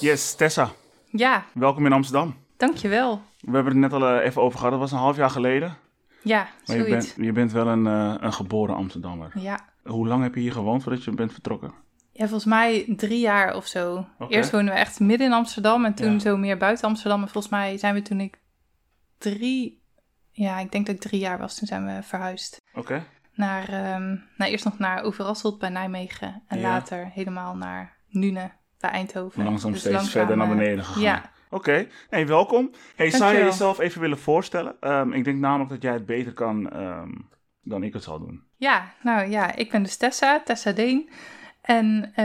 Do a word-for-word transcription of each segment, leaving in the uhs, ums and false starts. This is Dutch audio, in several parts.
Yes, Tessa. Ja. Welkom in Amsterdam. Dankjewel. We hebben het net al uh, even over gehad. Dat was een half jaar geleden. Ja, maar zoiets. Je bent, je bent wel een, uh, een geboren Amsterdammer. Ja. Hoe lang heb je hier gewoond voordat je bent vertrokken? Ja, volgens mij drie jaar of zo. Okay. Eerst woonden we echt midden in Amsterdam en toen ja. zo meer buiten Amsterdam. En volgens mij zijn we toen ik drie... Ja, ik denk dat ik drie jaar was. Toen zijn we verhuisd. Oké. Okay. Naar, um, nou, eerst nog naar Overasselt bij Nijmegen. En ja. later helemaal naar Nune bij Eindhoven. Langzaam dus steeds langzaam, verder naar beneden gegaan. Ja. Oké, okay. Hey, welkom. Hey, zou je jezelf even willen voorstellen? Um, ik denk namelijk dat jij het beter kan um, dan ik het zal doen. Ja, nou ja, ik ben dus Tessa, Tessa Deen. En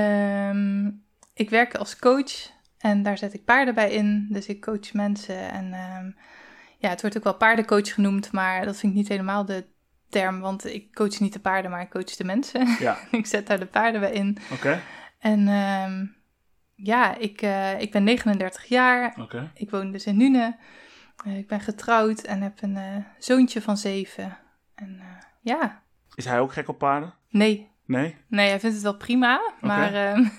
um, ik werk als coach en daar zet ik paarden bij in. Dus ik coach mensen en um, ja, het wordt ook wel paardencoach genoemd, maar dat vind ik niet helemaal de term, want ik coach niet de paarden, maar ik coach de mensen. Ja. Ik zet daar de paarden bij in. Oké. Okay. En um, ja, ik, uh, ik ben negenendertig jaar. Oké. Okay. Ik woon dus in Nune. Uh, ik ben getrouwd en heb een uh, zoontje van zeven. En uh, ja. Is hij ook gek op paarden? Nee. Nee? Nee, hij vindt het wel prima, okay. maar uh,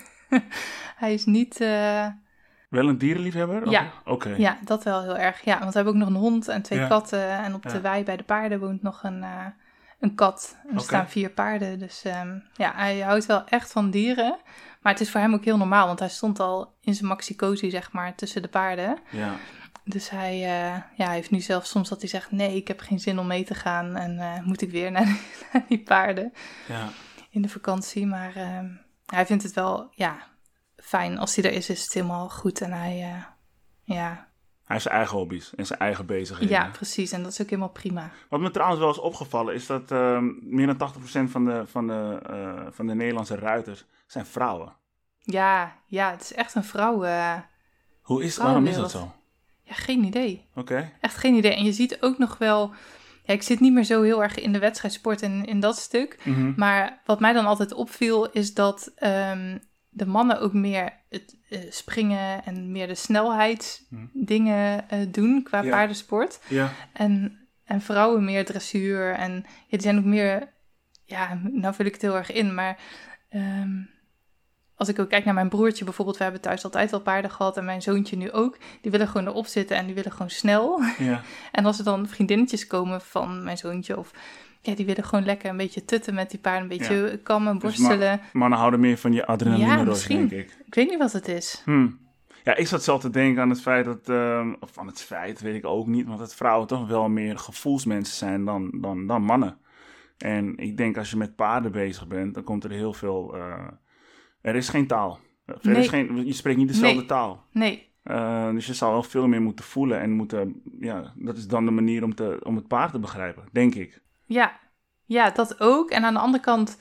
hij is niet... Uh... Wel een dierenliefhebber? Ja. Oké. Okay. Ja, dat wel heel erg. Ja, want we hebben ook nog een hond en twee ja. katten. En op ja. de wei bij de paarden woont nog een, uh, een kat. En er okay. staan vier paarden. Dus um, ja, hij houdt wel echt van dieren. Maar het is voor hem ook heel normaal, want hij stond al in zijn maxi-cosi, zeg maar, tussen de paarden. Ja. Dus hij, uh, ja, hij heeft nu zelfs soms dat hij zegt, nee, ik heb geen zin om mee te gaan. En uh, moet ik weer naar, naar die paarden ja. in de vakantie. Maar uh, hij vindt het wel, ja, fijn. Als hij er is, is het helemaal goed. En hij, uh, ja... Hij heeft zijn eigen hobby's en zijn eigen bezigheden. Ja, precies. En dat is ook helemaal prima. Wat me trouwens wel is opgevallen is dat uh, meer dan tachtig procent van de, van, de, uh, van de Nederlandse ruiters zijn vrouwen. Ja, ja, het is echt een vrouw. Uh, Hoe is, waarom is dat zo? Ja, geen idee. Oké. Okay. Echt geen idee. En je ziet ook nog wel... Ja, ik zit niet meer zo heel erg in de wedstrijdsport en in dat stuk. Mm-hmm. Maar wat mij dan altijd opviel is dat um, de mannen ook meer het uh, springen en meer de snelheidsdingen uh, doen qua ja. paardensport. Ja. En, en vrouwen meer dressuur. En ja, die zijn ook meer... Ja, nou vul ik het heel erg in, maar... Um, als ik ook kijk naar mijn broertje bijvoorbeeld, we hebben thuis altijd al paarden gehad en mijn zoontje nu ook. Die willen gewoon erop zitten en die willen gewoon snel. Ja. En als er dan vriendinnetjes komen van mijn zoontje of ja, die willen gewoon lekker een beetje tutten met die paarden, een beetje ja. kammen, borstelen. Dus ma- mannen houden meer van je adrenaline ja, rush, denk ik. Ik weet niet wat het is. Hmm. Ja, ik zat zelf te denken aan het feit dat, uh, of aan het feit, weet ik ook niet, want dat vrouwen toch wel meer gevoelsmensen zijn dan, dan, dan mannen. En ik denk als je met paarden bezig bent, dan komt er heel veel... Uh, Er is geen taal. Er nee. is geen, je spreekt niet dezelfde nee. taal. Nee. Uh, dus je zal wel veel meer moeten voelen en moeten... Ja, dat is dan de manier om, te, om het paard te begrijpen, denk ik. Ja, ja, dat ook. En aan de andere kant...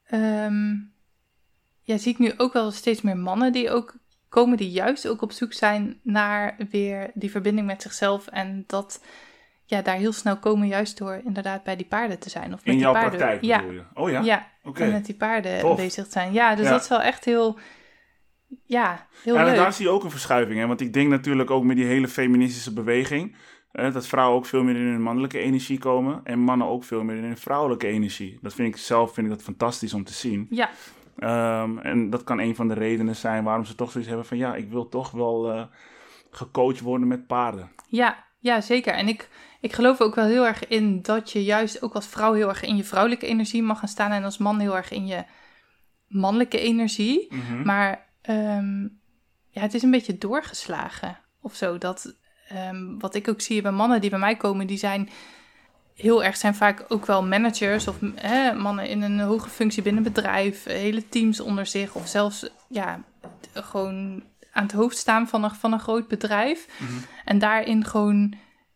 Um, ja, zie ik nu ook wel steeds meer mannen die ook komen... die juist ook op zoek zijn naar weer die verbinding met zichzelf. En dat... Ja, daar heel snel komen juist door inderdaad bij die paarden te zijn. Of met in die jouw paarden. praktijk ja. bedoel je? Oh ja? Ja, okay. en met die paarden Tof. bezig te zijn. Ja, dus ja. dat is wel echt heel... Ja, heel ja, leuk. En daar zie je ook een verschuiving. Hè? Want ik denk natuurlijk ook met die hele feministische beweging... Eh, dat vrouwen ook veel meer in hun mannelijke energie komen... en mannen ook veel meer in hun vrouwelijke energie. Dat vind ik zelf vind ik dat fantastisch om te zien. Ja. Um, en dat kan een van de redenen zijn waarom ze toch zoiets hebben van... ja, ik wil toch wel uh, gecoacht worden met paarden. Ja, ja, zeker. En ik, ik geloof ook wel heel erg in dat je juist ook als vrouw heel erg in je vrouwelijke energie mag gaan staan... en als man heel erg in je mannelijke energie. Mm-hmm. Maar um, ja, het is een beetje doorgeslagen of zo. Dat, um, wat ik ook zie bij mannen die bij mij komen, die zijn heel erg, zijn vaak ook wel managers of hè, mannen in een hoge functie binnen een bedrijf, hele teams onder zich of zelfs ja, gewoon aan het hoofd staan van een, van een groot bedrijf. Mm-hmm. En daarin gewoon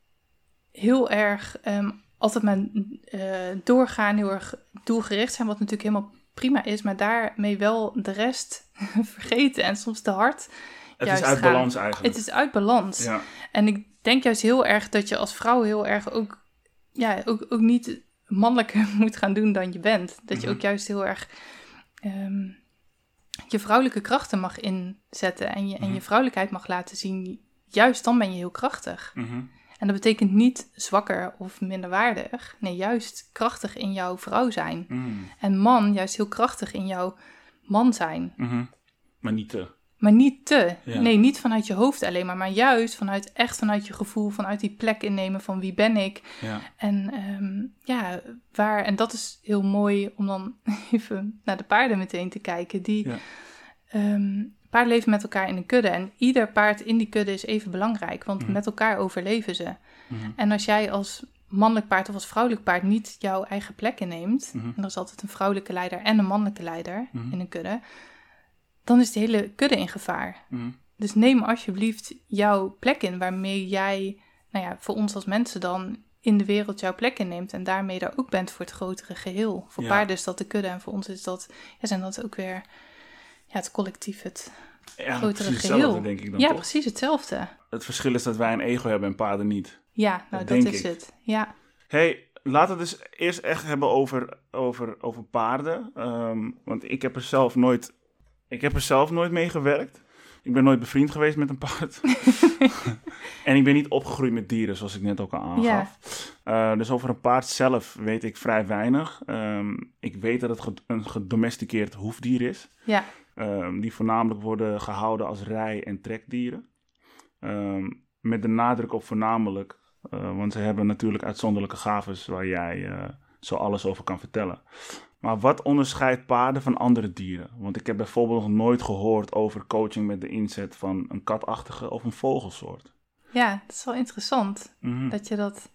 heel erg um, altijd maar uh, doorgaan, heel erg doelgericht zijn, wat natuurlijk helemaal prima is, maar daarmee wel de rest vergeten en soms te hard. Het is uit gaan. balans eigenlijk. Het is uit balans. Ja. En ik denk juist heel erg dat je als vrouw heel erg ook, ja, ook, ook niet mannelijker moet gaan doen dan je bent. Dat je Mm-hmm. ook juist heel erg um, je vrouwelijke krachten mag inzetten en je, Mm-hmm. en je vrouwelijkheid mag laten zien. Juist dan ben je heel krachtig. Mm-hmm. En dat betekent niet zwakker of minderwaardig. Nee, juist krachtig in jouw vrouw zijn. Mm. En man juist heel krachtig in jouw man zijn. Mm-hmm. Maar niet te. Maar niet te. Ja. Nee, niet vanuit je hoofd alleen maar. Maar juist vanuit, echt vanuit je gevoel. Vanuit die plek innemen van wie ben ik. Ja. En um, ja, waar... En dat is heel mooi om dan even naar de paarden meteen te kijken. Die Ja. um, paarden leven met elkaar in een kudde. En ieder paard in die kudde is even belangrijk. Want Mm-hmm. met elkaar overleven ze. Mm-hmm. En als jij als mannelijk paard of als vrouwelijk paard niet jouw eigen plek inneemt... Mm-hmm. En er is altijd een vrouwelijke leider en een mannelijke leider Mm-hmm. in een kudde... dan is de hele kudde in gevaar. Mm-hmm. Dus neem alsjeblieft jouw plek in waarmee jij, nou ja, voor ons als mensen dan in de wereld jouw plek inneemt en daarmee daar ook bent voor het grotere geheel. Voor Ja. paarden is dat de kudde en voor ons is dat, ja, zijn dat ook weer ja, het collectief, het Ja, grotere precies geheel. hetzelfde, denk ik dan ja, toch? precies hetzelfde. Het verschil is dat wij een ego hebben en paarden niet. Ja, nou Dat dat, denk is ik. het. Ja, Hey, laten we het dus eerst echt hebben over, over, over paarden. Um, want ik heb er zelf nooit, ik heb er zelf nooit mee gewerkt. Ik ben nooit bevriend geweest met een paard. En ik ben niet opgegroeid met dieren, zoals ik net ook al aangaf. Ja. Uh, dus over een paard zelf weet ik vrij weinig. Um, ik weet dat het ge- een gedomesticeerd hoefdier is. ja, Um, die voornamelijk worden gehouden als rij- en trekdieren. Um, met de nadruk op voornamelijk. Uh, want ze hebben natuurlijk uitzonderlijke gaves waar jij uh, zo alles over kan vertellen. Maar wat onderscheidt paarden van andere dieren? Want ik heb bijvoorbeeld nog nooit gehoord over coaching met de inzet van een katachtige of een vogelsoort. ja, dat is wel interessant Mm-hmm. dat je dat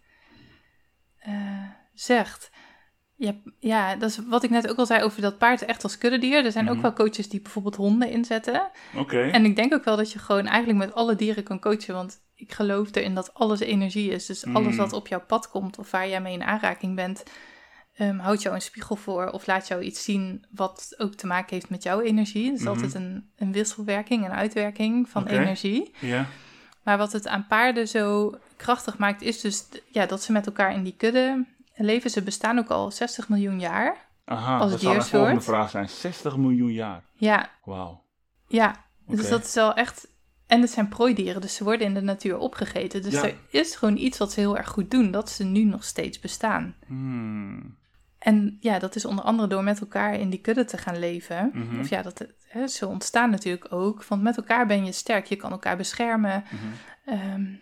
uh, zegt. Ja, ja, dat is wat ik net ook al zei over dat paard echt als kuddedier. Er zijn Mm-hmm. ook wel coaches die bijvoorbeeld honden inzetten. Oké. Okay. En ik denk ook wel dat je gewoon eigenlijk met alle dieren kan coachen. Want ik geloof erin dat alles energie is. Dus alles Mm. wat op jouw pad komt of waar jij mee in aanraking bent... Um, houd jou een spiegel voor of laat jou iets zien wat ook te maken heeft met jouw energie. Het is Mm-hmm. altijd een, een wisselwerking, een uitwerking van Okay. energie. Ja. Maar wat het aan paarden zo krachtig maakt is dus ja, dat ze met elkaar in die kudde leven. Ze bestaan ook al zestig miljoen jaar. Aha, als dat zou mijn diersoort. volgende vraag zijn. zestig miljoen jaar. Ja, Wauw. ja. Oké. Dus dat is wel echt... En het zijn prooidieren, dus ze worden in de natuur opgegeten. Dus Ja. er is gewoon iets wat ze heel erg goed doen, dat ze nu nog steeds bestaan. Hmm. En ja, dat is onder andere door met elkaar in die kudde te gaan leven. Mm-hmm. Of ja, dat, hè, ze ontstaan natuurlijk ook. Want met elkaar ben je sterk, je kan elkaar beschermen. Mm-hmm. Um,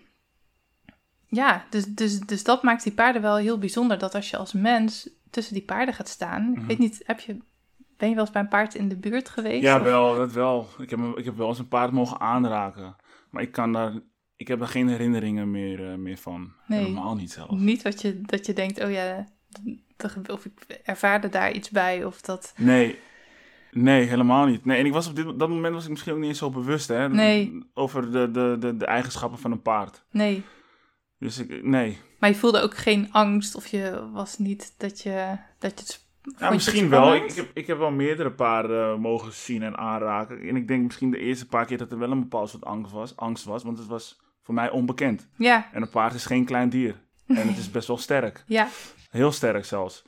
ja, dus, dus, dus dat maakt die paarden wel heel bijzonder. Dat als je als mens tussen die paarden gaat staan... Mm-hmm. Ik weet niet, heb je, ben je wel eens bij een paard in de buurt geweest? Ja, of? wel, dat wel. Ik heb, ik heb wel eens een paard mogen aanraken. Maar ik kan daar... Ik heb daar geen herinneringen meer, uh, meer van. Nee. Helemaal niet zelfs. Niet wat je, dat je denkt, oh ja... Of ik ervaarde daar iets bij, of dat... Nee, nee, helemaal niet. Nee, en ik was op dit, dat moment was ik misschien ook niet eens zo bewust, hè? Nee. Over de, de, de, de eigenschappen van een paard. Nee. Dus ik, nee. Maar je voelde ook geen angst, of je was niet dat je... Dat je het, Ja, misschien wel. Ik, ik, heb, ik heb wel meerdere paarden uh, mogen zien en aanraken. En ik denk misschien de eerste paar keer dat er wel een bepaald soort angst was, angst was want het was voor mij onbekend. Ja. En een paard is geen klein dier. En het is best wel sterk. Ja. Heel sterk zelfs.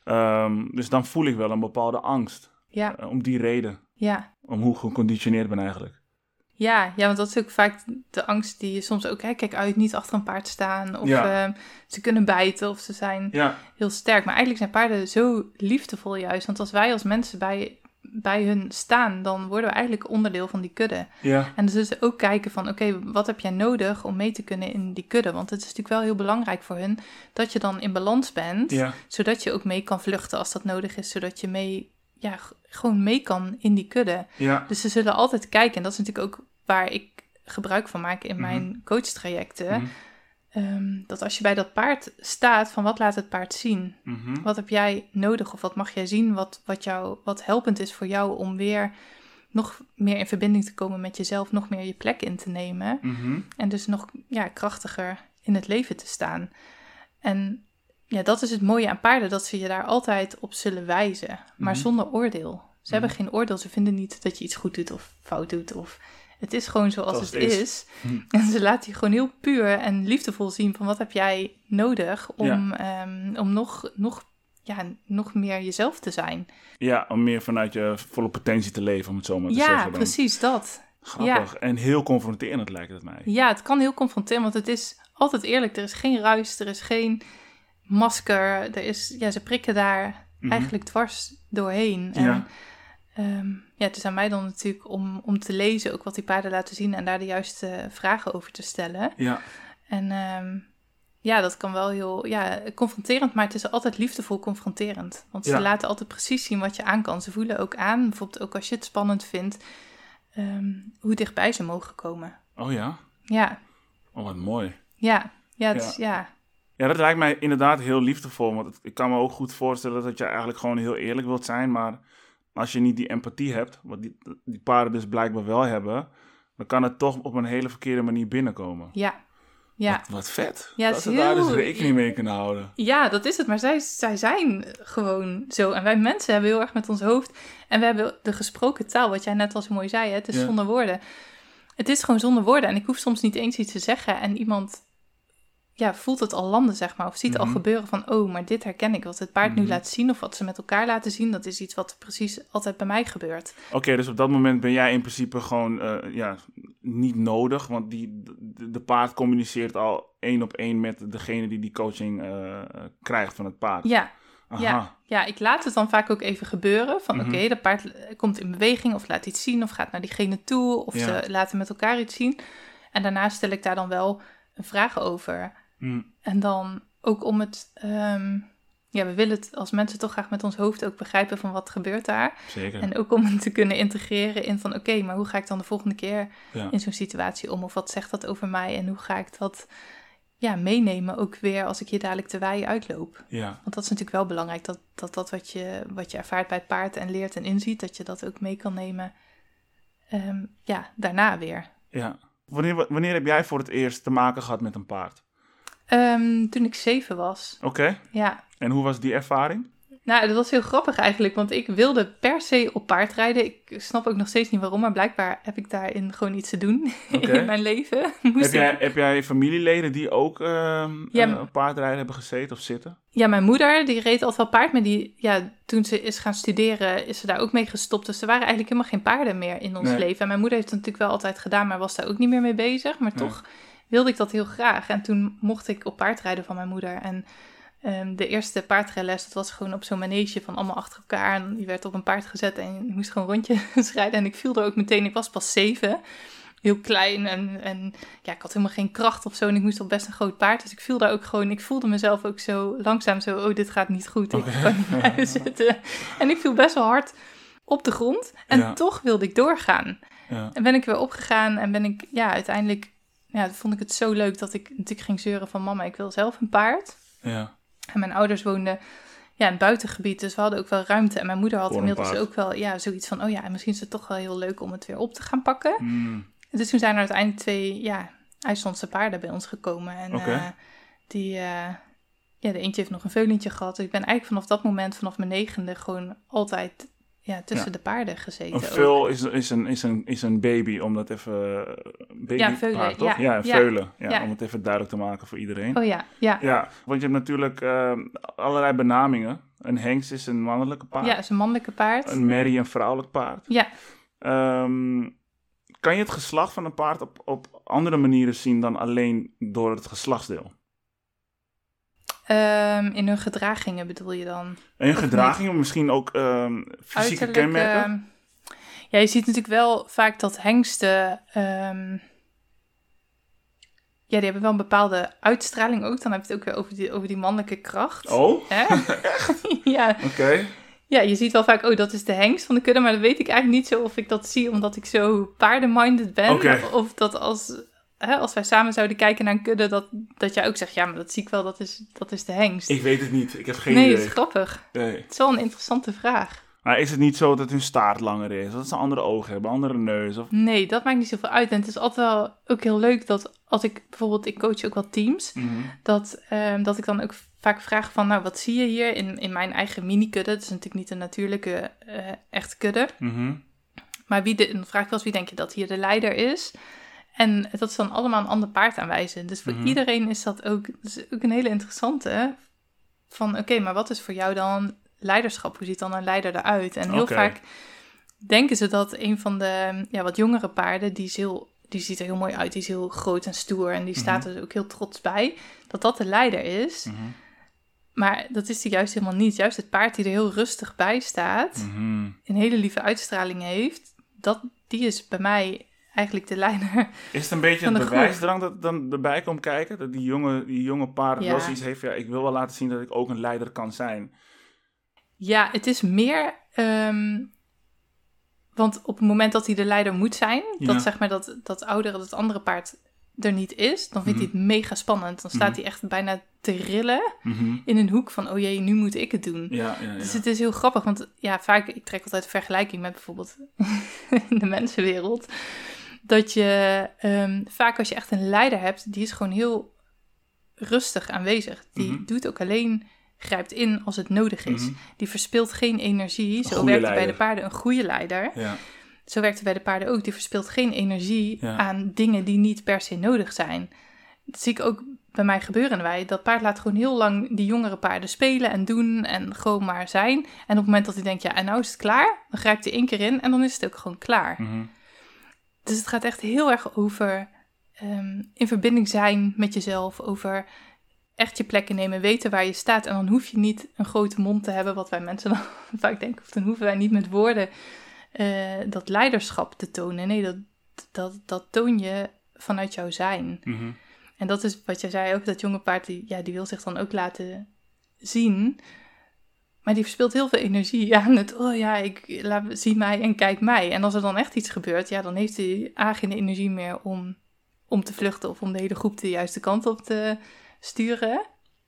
Um, dus dan voel ik wel een bepaalde angst. Ja. Uh, om die reden. Ja. Om hoe ik geconditioneerd ben eigenlijk. Ja, ja, want dat is ook vaak de angst die je soms ook... Hè, kijk uit, niet achter een paard staan. Of ja. uh, ze kunnen bijten of ze zijn ja. heel sterk. Maar eigenlijk zijn paarden zo liefdevol juist. Want als wij als mensen bij, bij hun staan... dan worden we eigenlijk onderdeel van die kudde. Ja. En dus dus ook kijken van... oké, okay, wat heb jij nodig om mee te kunnen in die kudde? Want het is natuurlijk wel heel belangrijk voor hun... dat je dan in balans bent. Ja. Zodat je ook mee kan vluchten als dat nodig is. Zodat je mee, ja, g- gewoon mee kan in die kudde. Ja. Dus ze zullen altijd kijken. En dat is natuurlijk ook waar ik gebruik van maak in mijn mm-hmm. coachtrajecten. Mm-hmm. Um, dat als je bij dat paard staat, van wat laat het paard zien? Mm-hmm. Wat heb jij nodig of wat mag jij zien wat, wat, jou, wat helpend is voor jou om weer nog meer in verbinding te komen met jezelf, nog meer je plek in te nemen. Mm-hmm. En dus nog ja, krachtiger in het leven te staan. En ja, dat is het mooie aan paarden, dat ze je daar altijd op zullen wijzen, maar mm-hmm. zonder oordeel. Ze mm-hmm. hebben geen oordeel, ze vinden niet dat je iets goed doet of fout doet of... Het is gewoon zoals Zoals het het is. is. Hm. En ze laat je gewoon heel puur en liefdevol zien van wat heb jij nodig om, ja. um, om nog, nog, ja, nog meer jezelf te zijn. Ja, om meer vanuit je volle potentie te leven, om het zo maar te ja, zeggen. Ja, precies dat. Grappig. Ja. En heel confronterend lijkt het mij. Ja, het kan heel confronterend, want het is altijd eerlijk. Er is geen ruis, er is geen masker. Er is, ja, ze prikken daar mm-hmm. eigenlijk dwars doorheen. En, ja. um, ja, het is aan mij dan natuurlijk om, om te lezen ook wat die paarden laten zien en daar de juiste vragen over te stellen. Ja. En um, ja, dat kan wel heel ja, confronterend, maar het is altijd liefdevol confronterend. Want ze Ja. laten altijd precies zien wat je aan kan. Ze voelen ook aan, bijvoorbeeld ook als je het spannend vindt, um, hoe dichtbij ze mogen komen. Oh ja? Ja, Oh, wat mooi. ja, ja, het Ja. Is, ja. Ja, dat lijkt mij inderdaad heel liefdevol. Want het- ik kan me ook goed voorstellen dat je eigenlijk gewoon heel eerlijk wilt zijn. Maar als je niet die empathie hebt, wat die, die paarden dus blijkbaar wel hebben, dan kan het toch op een hele verkeerde manier binnenkomen. ja. Ja. Wat, wat vet. Ja, het dat is ze daar dus heel- rekening mee kunnen houden. Ja, dat is het. Maar zij, zij zijn gewoon zo. En wij mensen hebben heel erg met ons hoofd. En we hebben de gesproken taal, wat jij net al zo mooi zei. Hè? Het is Ja. zonder woorden. Het is gewoon zonder woorden. En ik hoef soms niet eens iets te zeggen. En iemand ja, voelt het al landen, zeg maar. Of ziet Mhm. al gebeuren van, oh, maar dit herken ik. Wat het paard Mhm. nu laat zien of wat ze met elkaar laten zien. Dat is iets wat precies altijd bij mij gebeurt. Oké, dus op dat moment ben jij in principe gewoon eh, ja, niet nodig. Want die, de, de paard communiceert al één op één met degene die die coaching eh, krijgt van het paard. Ja, Aha. ja, ja, ik laat het dan vaak ook even gebeuren. Van Mhm. oké, dat paard komt in beweging of laat iets zien of gaat naar diegene toe. Of Ja. ze laten met elkaar iets zien. En daarna stel ik daar dan wel een vraag over. Hm, En dan ook om het... ehm, ja, we willen het als mensen toch graag met ons hoofd ook begrijpen van wat gebeurt daar. zeker. En ook om het te kunnen integreren in van oké, maar hoe ga ik dan de volgende keer Ja. in zo'n situatie om? Of wat zegt dat over mij? En hoe ga ik dat ja, meenemen ook weer als ik hier dadelijk de wei uitloop? Ja. Want dat is natuurlijk wel belangrijk, dat dat, dat wat, je, wat je ervaart bij het paard en leert en inziet, dat je dat ook mee kan nemen ehm, ja, daarna weer. Ja. Wanneer, wanneer heb jij voor het eerst te maken gehad met een paard? Ehm, toen ik zeven was, Oké. ja. En hoe was die ervaring? Nou, dat was heel grappig eigenlijk, want ik wilde per se op paard rijden. Ik snap ook nog steeds niet waarom, maar blijkbaar heb ik daarin gewoon iets te doen Oké. in mijn leven. Moest Heb ik- jij, heb jij familieleden die ook ehm Ja, eh, m- op paardrijden hebben gezeten of zitten? Ja, mijn moeder, die reed altijd wel paard, maar die, ja, toen ze is gaan studeren, is ze daar ook mee gestopt. Dus er waren eigenlijk helemaal geen paarden meer in ons Nee. leven. En mijn moeder heeft het natuurlijk wel altijd gedaan, maar was daar ook niet meer mee bezig. Maar Nee. toch wilde ik dat heel graag. En toen mocht ik op paard rijden van mijn moeder. En ehm, de eerste paardrijles, dat was gewoon op zo'n manege van allemaal achter elkaar. En je werd op een paard gezet en je moest gewoon rondjes rijden. En ik viel er ook meteen, ik was pas zeven. Heel klein en, en ja, ik had helemaal geen kracht of zo. En ik moest op best een groot paard. Dus ik viel daar ook gewoon, ik voelde mezelf ook zo langzaam zo, oh, dit gaat niet goed. Ik Oké. kan niet blijven zitten. En ik viel best wel hard op de grond. En Ja. toch wilde ik doorgaan. Ja. En ben ik weer opgegaan en ben ik, ja, uiteindelijk, ja, vond ik het zo leuk dat ik natuurlijk ging zeuren van mama, ik wil zelf een paard. Ja. En mijn ouders woonden ja, in het buitengebied, dus we hadden ook wel ruimte. En mijn moeder had Voor een inmiddels paard. ook wel ja, zoiets van, oh ja, misschien is het toch wel heel leuk om het weer op te gaan pakken. Hmm. Dus toen zijn er uiteindelijk twee ja, IJslandse paarden bij ons gekomen. En Oké. eh, die, eh, ja, de eentje heeft nog een veulentje gehad. Dus ik ben eigenlijk vanaf dat moment, vanaf mijn negende, gewoon altijd ja, tussen Ja. de paarden gezeten. Een ook. veul is, is, een, is, een, is een baby, om dat even... Baby Ja, veulen, paard, toch? ja. Ja, een Ja. veulen. Ja, Ja. Om het even duidelijk te maken voor iedereen. Oh ja, ja. Ja, want je hebt natuurlijk eh, allerlei benamingen. Een hengst is een mannelijke paard. Ja, is een mannelijke paard. Een merrie een vrouwelijk paard. Ja, Ehm, kan je het geslacht van een paard op, op andere manieren zien dan alleen door het geslachtsdeel? ehm, in hun gedragingen bedoel je dan? En Of gedragingen, misschien ook ehm, fysieke Uiterlijk, kenmerken? ehm, ja, je ziet natuurlijk wel vaak dat hengsten... ehm, ja, die hebben wel een bepaalde uitstraling ook. Dan heb je het ook weer over die, over die mannelijke kracht. Oh, Hè? Ja. oké. Ja, je ziet wel vaak, oh, dat is de hengst van de kudde. Maar dan weet ik eigenlijk niet zo of ik dat zie omdat ik zo paardenminded ben. Oké. Of dat als, hè, als wij samen zouden kijken naar een kudde, dat, dat jij ook zegt, ja, maar dat zie ik wel, dat is, dat is de hengst. Ik weet het niet. Ik heb geen nee, idee. dat is grappig. Nee. Het is wel een interessante vraag. Maar is het niet zo dat hun staart langer is? Dat ze andere ogen hebben, andere neus? Of... Nee, dat maakt niet zoveel uit. En het is altijd wel ook heel leuk dat als ik bijvoorbeeld, ik coach ook wel teams, Mhm. dat, ehm, dat ik dan ook vaak vraag van, nou, wat zie je hier in, in mijn eigen mini-kudde? Het is natuurlijk niet een natuurlijke, eh echt kudde. Mhm. Maar wie de, dan vraag ik wel eens, wie denk je dat hier de leider is? En dat is dan allemaal een ander paard aanwijzen. Dus voor Mhm. iedereen is dat ook, dat is ook een hele interessante. Hè? Van oké, maar wat is voor jou dan leiderschap? Hoe ziet dan een leider eruit? En heel Oké. vaak denken ze dat een van de ja, wat jongere paarden, die, is heel, die ziet er heel mooi uit, die is heel groot en stoer en die staat Mhm. er ook heel trots bij, dat dat de leider is. Mhm. Maar dat is die juist helemaal niet. Juist het paard die er heel rustig bij staat, Mm-hmm. een hele lieve uitstraling heeft, dat, die is bij mij eigenlijk de leider. Is het een beetje Van een de bewijsdrang dat dan erbij komt kijken? Dat die jonge, die jonge paard Ja. wel zoiets heeft, ja, ik wil wel laten zien dat ik ook een leider kan zijn. Ja, het is meer... ehm, want op het moment dat hij de leider moet zijn, Ja. dat zeg maar dat, dat oudere, dat andere paard er niet is, dan vindt Mhm. hij het mega spannend. Dan staat Mhm. hij echt bijna te rillen Mm-hmm. in een hoek van, oh jee, nu moet ik het doen. Ja, ja, ja. Dus het is heel grappig, want ja, vaak, ik trek altijd een vergelijking met bijvoorbeeld in de mensenwereld, dat je ehm, vaak als je echt een leider hebt, die is gewoon heel rustig aanwezig. Die Mhm. doet ook alleen, grijpt in als het nodig is. Mhm. Die verspilt geen energie. Zo goede werkt het bij leider. de paarden een goede leider. Ja. Zo werkt het bij de paarden ook. Die verspilt geen energie Ja. aan dingen die niet per se nodig zijn. Dat zie ik ook bij mij gebeuren in de wei. Dat paard laat gewoon heel lang die jongere paarden spelen en doen en gewoon maar zijn. En op het moment dat hij denkt, ja, en nou is het klaar, dan grijpt hij één keer in en dan is het ook gewoon klaar. Mhm. Dus het gaat echt heel erg over ehm, in verbinding zijn met jezelf, over echt je plek innemen, weten waar je staat. En dan hoef je niet een grote mond te hebben, wat wij mensen dan vaak denken. Of dan hoeven wij niet met woorden eh, dat leiderschap te tonen. Nee, dat, dat, dat toon je vanuit jouw zijn. Mhm. En dat is wat jij zei ook, dat jonge paard, die, ja, die wil zich dan ook laten zien. Maar die verspilt heel veel energie aan het, oh ja, ik laat, zie mij en kijk mij. En als er dan echt iets gebeurt, ja, dan heeft hij A geen energie meer om, om te vluchten of om de hele groep de juiste kant op te sturen.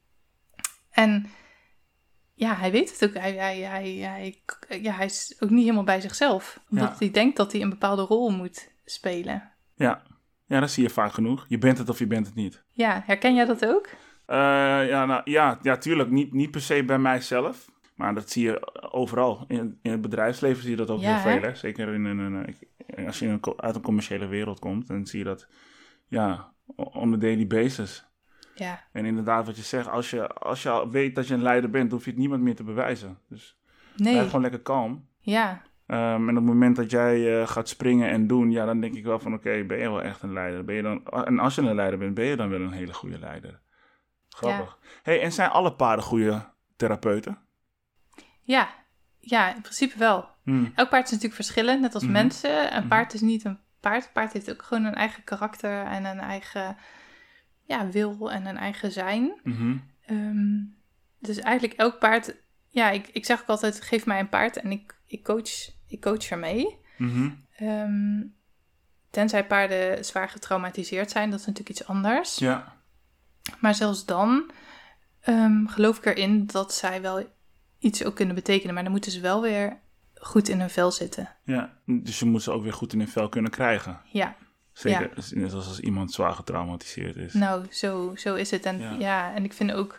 En ja, hij weet het ook. Hij, hij, hij, hij, ja, hij is ook niet helemaal bij zichzelf. Omdat Ja. hij denkt dat hij een bepaalde rol moet spelen. Ja. Ja, dat zie je vaak genoeg. Je bent het of je bent het niet. Ja, herken jij dat ook? Uh, ja, nou, ja, ja, tuurlijk. Niet, niet per se bij mijzelf. Maar dat zie je overal. In, in het bedrijfsleven zie je dat ook Ja, heel hè? veel. Hè? Zeker in een, een, een- als je in een, co- uit een commerciële wereld komt. Dan zie je dat, ja, on a daily basis. Ja, En inderdaad wat je zegt. Als je, als je al weet dat je een leider bent, hoef je het niemand meer te bewijzen. Dus nee. blijf gewoon lekker kalm. Ja, Um, en op het moment dat jij uh, gaat springen en doen, ja, dan denk ik wel van, oké, okay, ben je wel echt een leider? Ben je dan, en als je een leider bent, ben je dan wel een hele goede leider? Grappig. Hey, en zijn alle paarden goede therapeuten? ja, ja, in principe wel. Hmm. Elk paard is natuurlijk verschillend, net als Mhm. mensen. Een Mhm. paard is niet een paard. Een paard heeft ook gewoon een eigen karakter en een eigen ja, wil en een eigen zijn. Mm-hmm. Um, dus eigenlijk elk paard... Ja, ik, ik zeg ook altijd, geef mij een paard en ik, ik, coach, ik coach ermee. Mm-hmm. Um, tenzij paarden zwaar getraumatiseerd zijn, dat is natuurlijk iets anders. Ja. Maar zelfs dan um, geloof ik erin dat zij wel iets ook kunnen betekenen. Maar dan moeten ze wel weer goed in hun vel zitten. Ja, dus je moet ze ook weer goed in hun vel kunnen krijgen. Ja. Zeker, net als als iemand zwaar getraumatiseerd is. Nou, zo, zo is het. En Ja. ja, en ik vind ook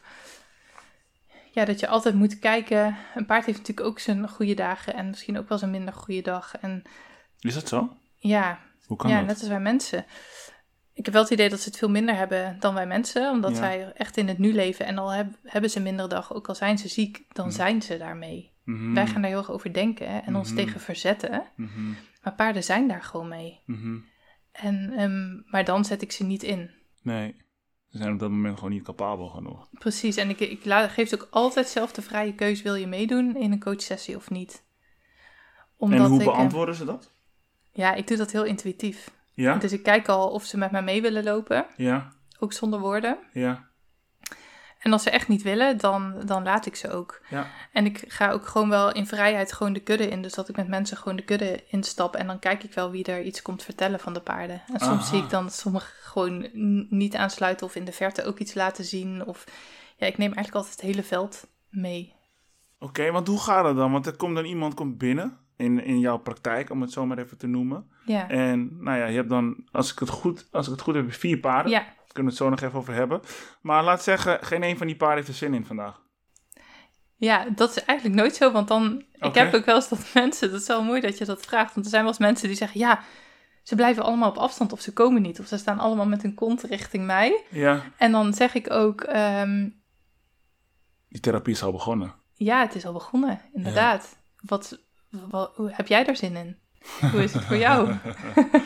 ja, dat je altijd moet kijken. Een paard heeft natuurlijk ook zijn goede dagen en misschien ook wel zijn minder goede dag. En Is dat zo? ja, Hoe kan ja dat? net als wij mensen. Ik heb wel het idee dat ze het veel minder hebben dan wij mensen. Omdat Ja. zij echt in het nu leven. En al heb, hebben ze een mindere dag, ook al zijn ze ziek, dan Mhm. zijn ze daarmee. Mhm. Wij gaan daar heel erg over denken hè, en ons Mhm. tegen verzetten. Mhm. Maar paarden zijn daar gewoon mee. Mhm. En, ehm, maar dan zet ik ze niet in. Nee, ze zijn op dat moment gewoon niet capabel genoeg. Precies, en ik, ik la- geef ze ook altijd zelf de vrije keus, wil je meedoen in een coachsessie of niet? Omdat en hoe ik, eh, beantwoorden ze dat? Ja, ik doe dat heel intuïtief. Ja? Dus ik kijk al of ze met mij mee willen lopen, Ja? ook zonder woorden. Ja? En als ze echt niet willen, dan, dan laat ik ze ook. Ja? En ik ga ook gewoon wel in vrijheid gewoon de kudde in. Dus dat ik met mensen gewoon de kudde instap. En dan kijk ik wel wie er iets komt vertellen van de paarden. En soms Aha. zie ik dan sommigen gewoon n- niet aansluiten of in de verte ook iets laten zien. Of ja, ik neem eigenlijk altijd het hele veld mee. Oké, want hoe gaat het dan? Want er komt dan iemand komt binnen in, in jouw praktijk, om het zo maar even te noemen. Ja, En nou ja, je hebt dan, als ik het goed, als ik het goed heb, vier paarden. ja. Daar kunnen we het zo nog even over hebben. Maar laat zeggen, geen een van die paarden heeft er zin in vandaag. Ja, dat is eigenlijk nooit zo, want dan... Ik Oké. heb ook wel eens dat mensen... Dat is wel mooi dat je dat vraagt, want er zijn wel eens mensen die zeggen... Ja, ze blijven allemaal op afstand of ze komen niet. Of ze staan allemaal met hun kont richting mij. Ja, En dan zeg ik ook... ehm, die therapie is al begonnen. ja, het is al begonnen, inderdaad. Wat, wat, hoe, heb jij daar zin in? Hoe is het voor jou?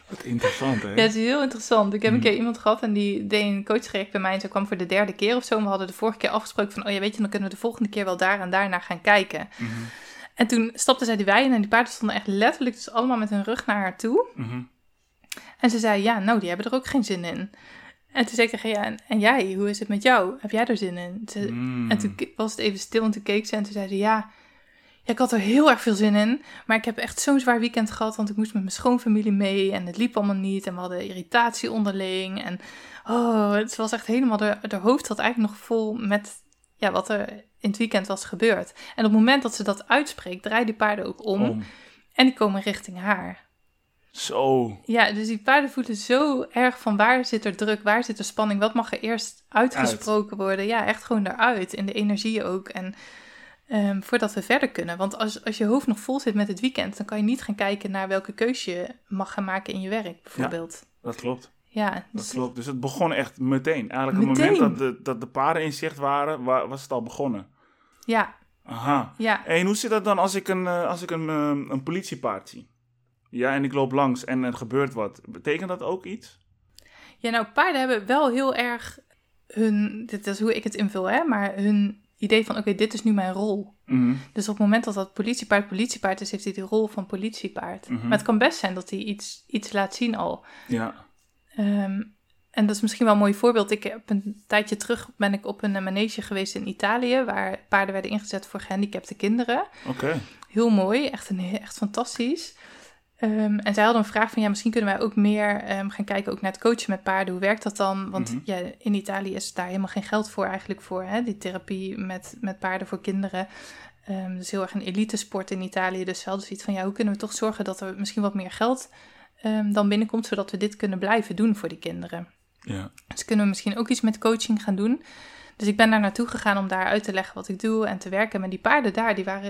Wat interessant, hè? Ja, het is heel interessant. Ik heb een Mm. keer iemand gehad en die deed een coachtraject bij mij. En ze kwam voor de derde keer of zo. En we hadden de vorige keer afgesproken van... oh ja, weet je, dan kunnen we de volgende keer wel daar en daar naar gaan kijken. Mm-hmm. En toen stapte zij die wei in en die paarden stonden echt letterlijk... dus allemaal met hun rug naar haar toe. Mm-hmm. En ze zei, ja, nou, die hebben er ook geen zin in. En toen zei ik tegen haar, ja, en, en jij, hoe is het met jou? Heb jij er zin in? Ze, Mm. En toen ke- was het even stil en toen keek ze en toen zei ze, ja... Ja, ik had er heel erg veel zin in, maar ik heb echt zo'n zwaar weekend gehad, want ik moest met mijn schoonfamilie mee en het liep allemaal niet en we hadden irritatie onderling en oh, het was echt helemaal, de, de hoofd zat eigenlijk nog vol met ja, wat er in het weekend was gebeurd. En op het moment dat ze dat uitspreekt, draaien die paarden ook om Om. en die komen richting haar. Zo. Ja, dus die paarden voelen zo erg van waar zit er druk, waar zit er spanning, wat mag er eerst uitgesproken worden. Ja, echt gewoon eruit, in de energie ook en... Um, voordat we verder kunnen. Want als, als je hoofd nog vol zit met het weekend... dan kan je niet gaan kijken naar welke keuze je mag gaan maken in je werk, bijvoorbeeld. Dat klopt. Ja, Dat dus, klopt. Dus het begon echt meteen. Eigenlijk op het Meteen. moment dat de, dat de paarden in zicht waren, wa- was het al begonnen. ja, Aha. ja. En hoe zit dat dan als ik een, eh, als ik een, eh, een politiepaard zie? Ja, en ik loop langs en er gebeurt wat. Betekent dat ook iets? Ja, nou, paarden hebben wel heel erg hun... Dit is hoe ik het invul, hè. Maar hun idee van, oké, dit is nu mijn rol. Mhm. Dus op het moment dat dat politiepaard politiepaard is... heeft hij de rol van politiepaard. Mhm. Maar het kan best zijn dat hij iets, iets laat zien al. Ja. Um, en dat is misschien wel een mooi voorbeeld. Ik heb een tijdje terug ben ik op een manege geweest in Italië... waar paarden werden ingezet voor gehandicapte kinderen. Oké. Heel mooi, echt, een, echt fantastisch. Um, en zij hadden een vraag van... ja, misschien kunnen wij ook meer um, gaan kijken ook naar het coachen met paarden. Hoe werkt dat dan? Want Mhm. ja, in Italië is daar helemaal geen geld voor eigenlijk voor... Hè? Die therapie met, met paarden voor kinderen... Um, dus heel erg een elite sport in Italië. Dus ze hadden zoiets van, ja, hoe kunnen we toch zorgen dat er misschien wat meer geld um, dan binnenkomt, zodat we dit kunnen blijven doen voor die kinderen. Ja. Dus kunnen we misschien ook iets met coaching gaan doen. Dus ik ben daar naartoe gegaan om daar uit te leggen wat ik doe en te werken. Maar die paarden daar, die waren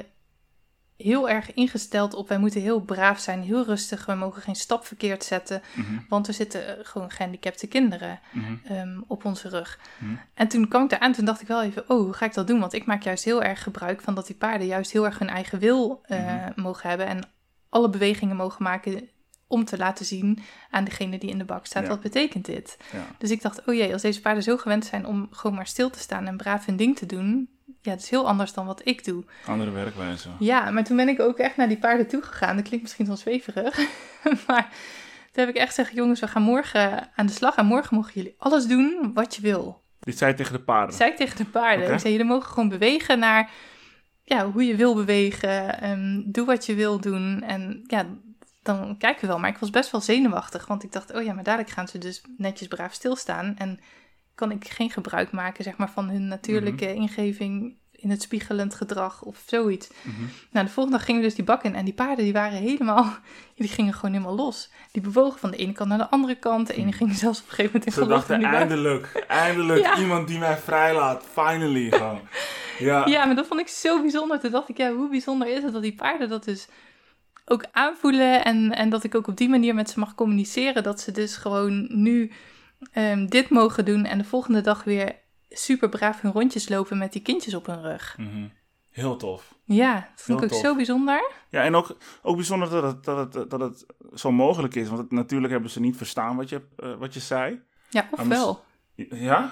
heel erg ingesteld op, wij moeten heel braaf zijn, heel rustig. We mogen geen stap verkeerd zetten, Mhm. want er zitten gewoon gehandicapte kinderen Mhm. um, op onze rug. Mhm. En toen kwam ik daar aan, toen dacht ik wel even, oh, hoe ga ik dat doen? Want ik maak juist heel erg gebruik van dat die paarden juist heel erg hun eigen wil uh, Mhm. mogen hebben. En alle bewegingen mogen maken om te laten zien aan degene die in de bak staat, Ja. wat betekent dit? Ja. Dus ik dacht, oh jee, als deze paarden zo gewend zijn om gewoon maar stil te staan en braaf hun ding te doen, ja, dat is heel anders dan wat ik doe. Andere werkwijze. Ja, maar toen ben ik ook echt naar die paarden toegegaan. Dat klinkt misschien wel zweverig, maar toen heb ik echt gezegd, jongens, we gaan morgen aan de slag en morgen mogen jullie alles doen wat je wil. Dit zei je tegen de paarden? Zei ik tegen de paarden. Oké. Ik zei, jullie mogen gewoon bewegen naar ja, hoe je wil bewegen. En doe wat je wil doen. En ja, dan kijken we wel. Maar ik was best wel zenuwachtig. Want ik dacht, oh ja, maar dadelijk gaan ze dus netjes braaf stilstaan. En kan ik geen gebruik maken, zeg maar, van hun natuurlijke Mhm. ingeving in het spiegelend gedrag of zoiets. Mhm. Nou, de volgende dag gingen we dus die bak in. En die paarden, die waren helemaal... Die gingen gewoon helemaal los. Die bewogen van de ene kant naar de andere kant. De ene ging zelfs op een gegeven moment in Ze geloof dachten in die bak. eindelijk, eindelijk Ja. iemand die mij vrijlaat. Finally gewoon. Ja. Ja, maar dat vond ik zo bijzonder. Toen dacht ik, ja, hoe bijzonder is het dat die paarden dat dus ook aanvoelen. En, en dat ik ook op die manier met ze mag communiceren. Dat ze dus gewoon nu um, dit mogen doen. En de volgende dag weer super braaf hun rondjes lopen met die kindjes op hun rug. Mhm. Heel tof. Ja, dat vond Heel ik ook tof. zo bijzonder. Ja, en ook, ook bijzonder dat het, dat, het, dat het zo mogelijk is. Want het, natuurlijk hebben ze niet verstaan wat je, uh, wat je zei. Ja, Maar ofwel. Ja?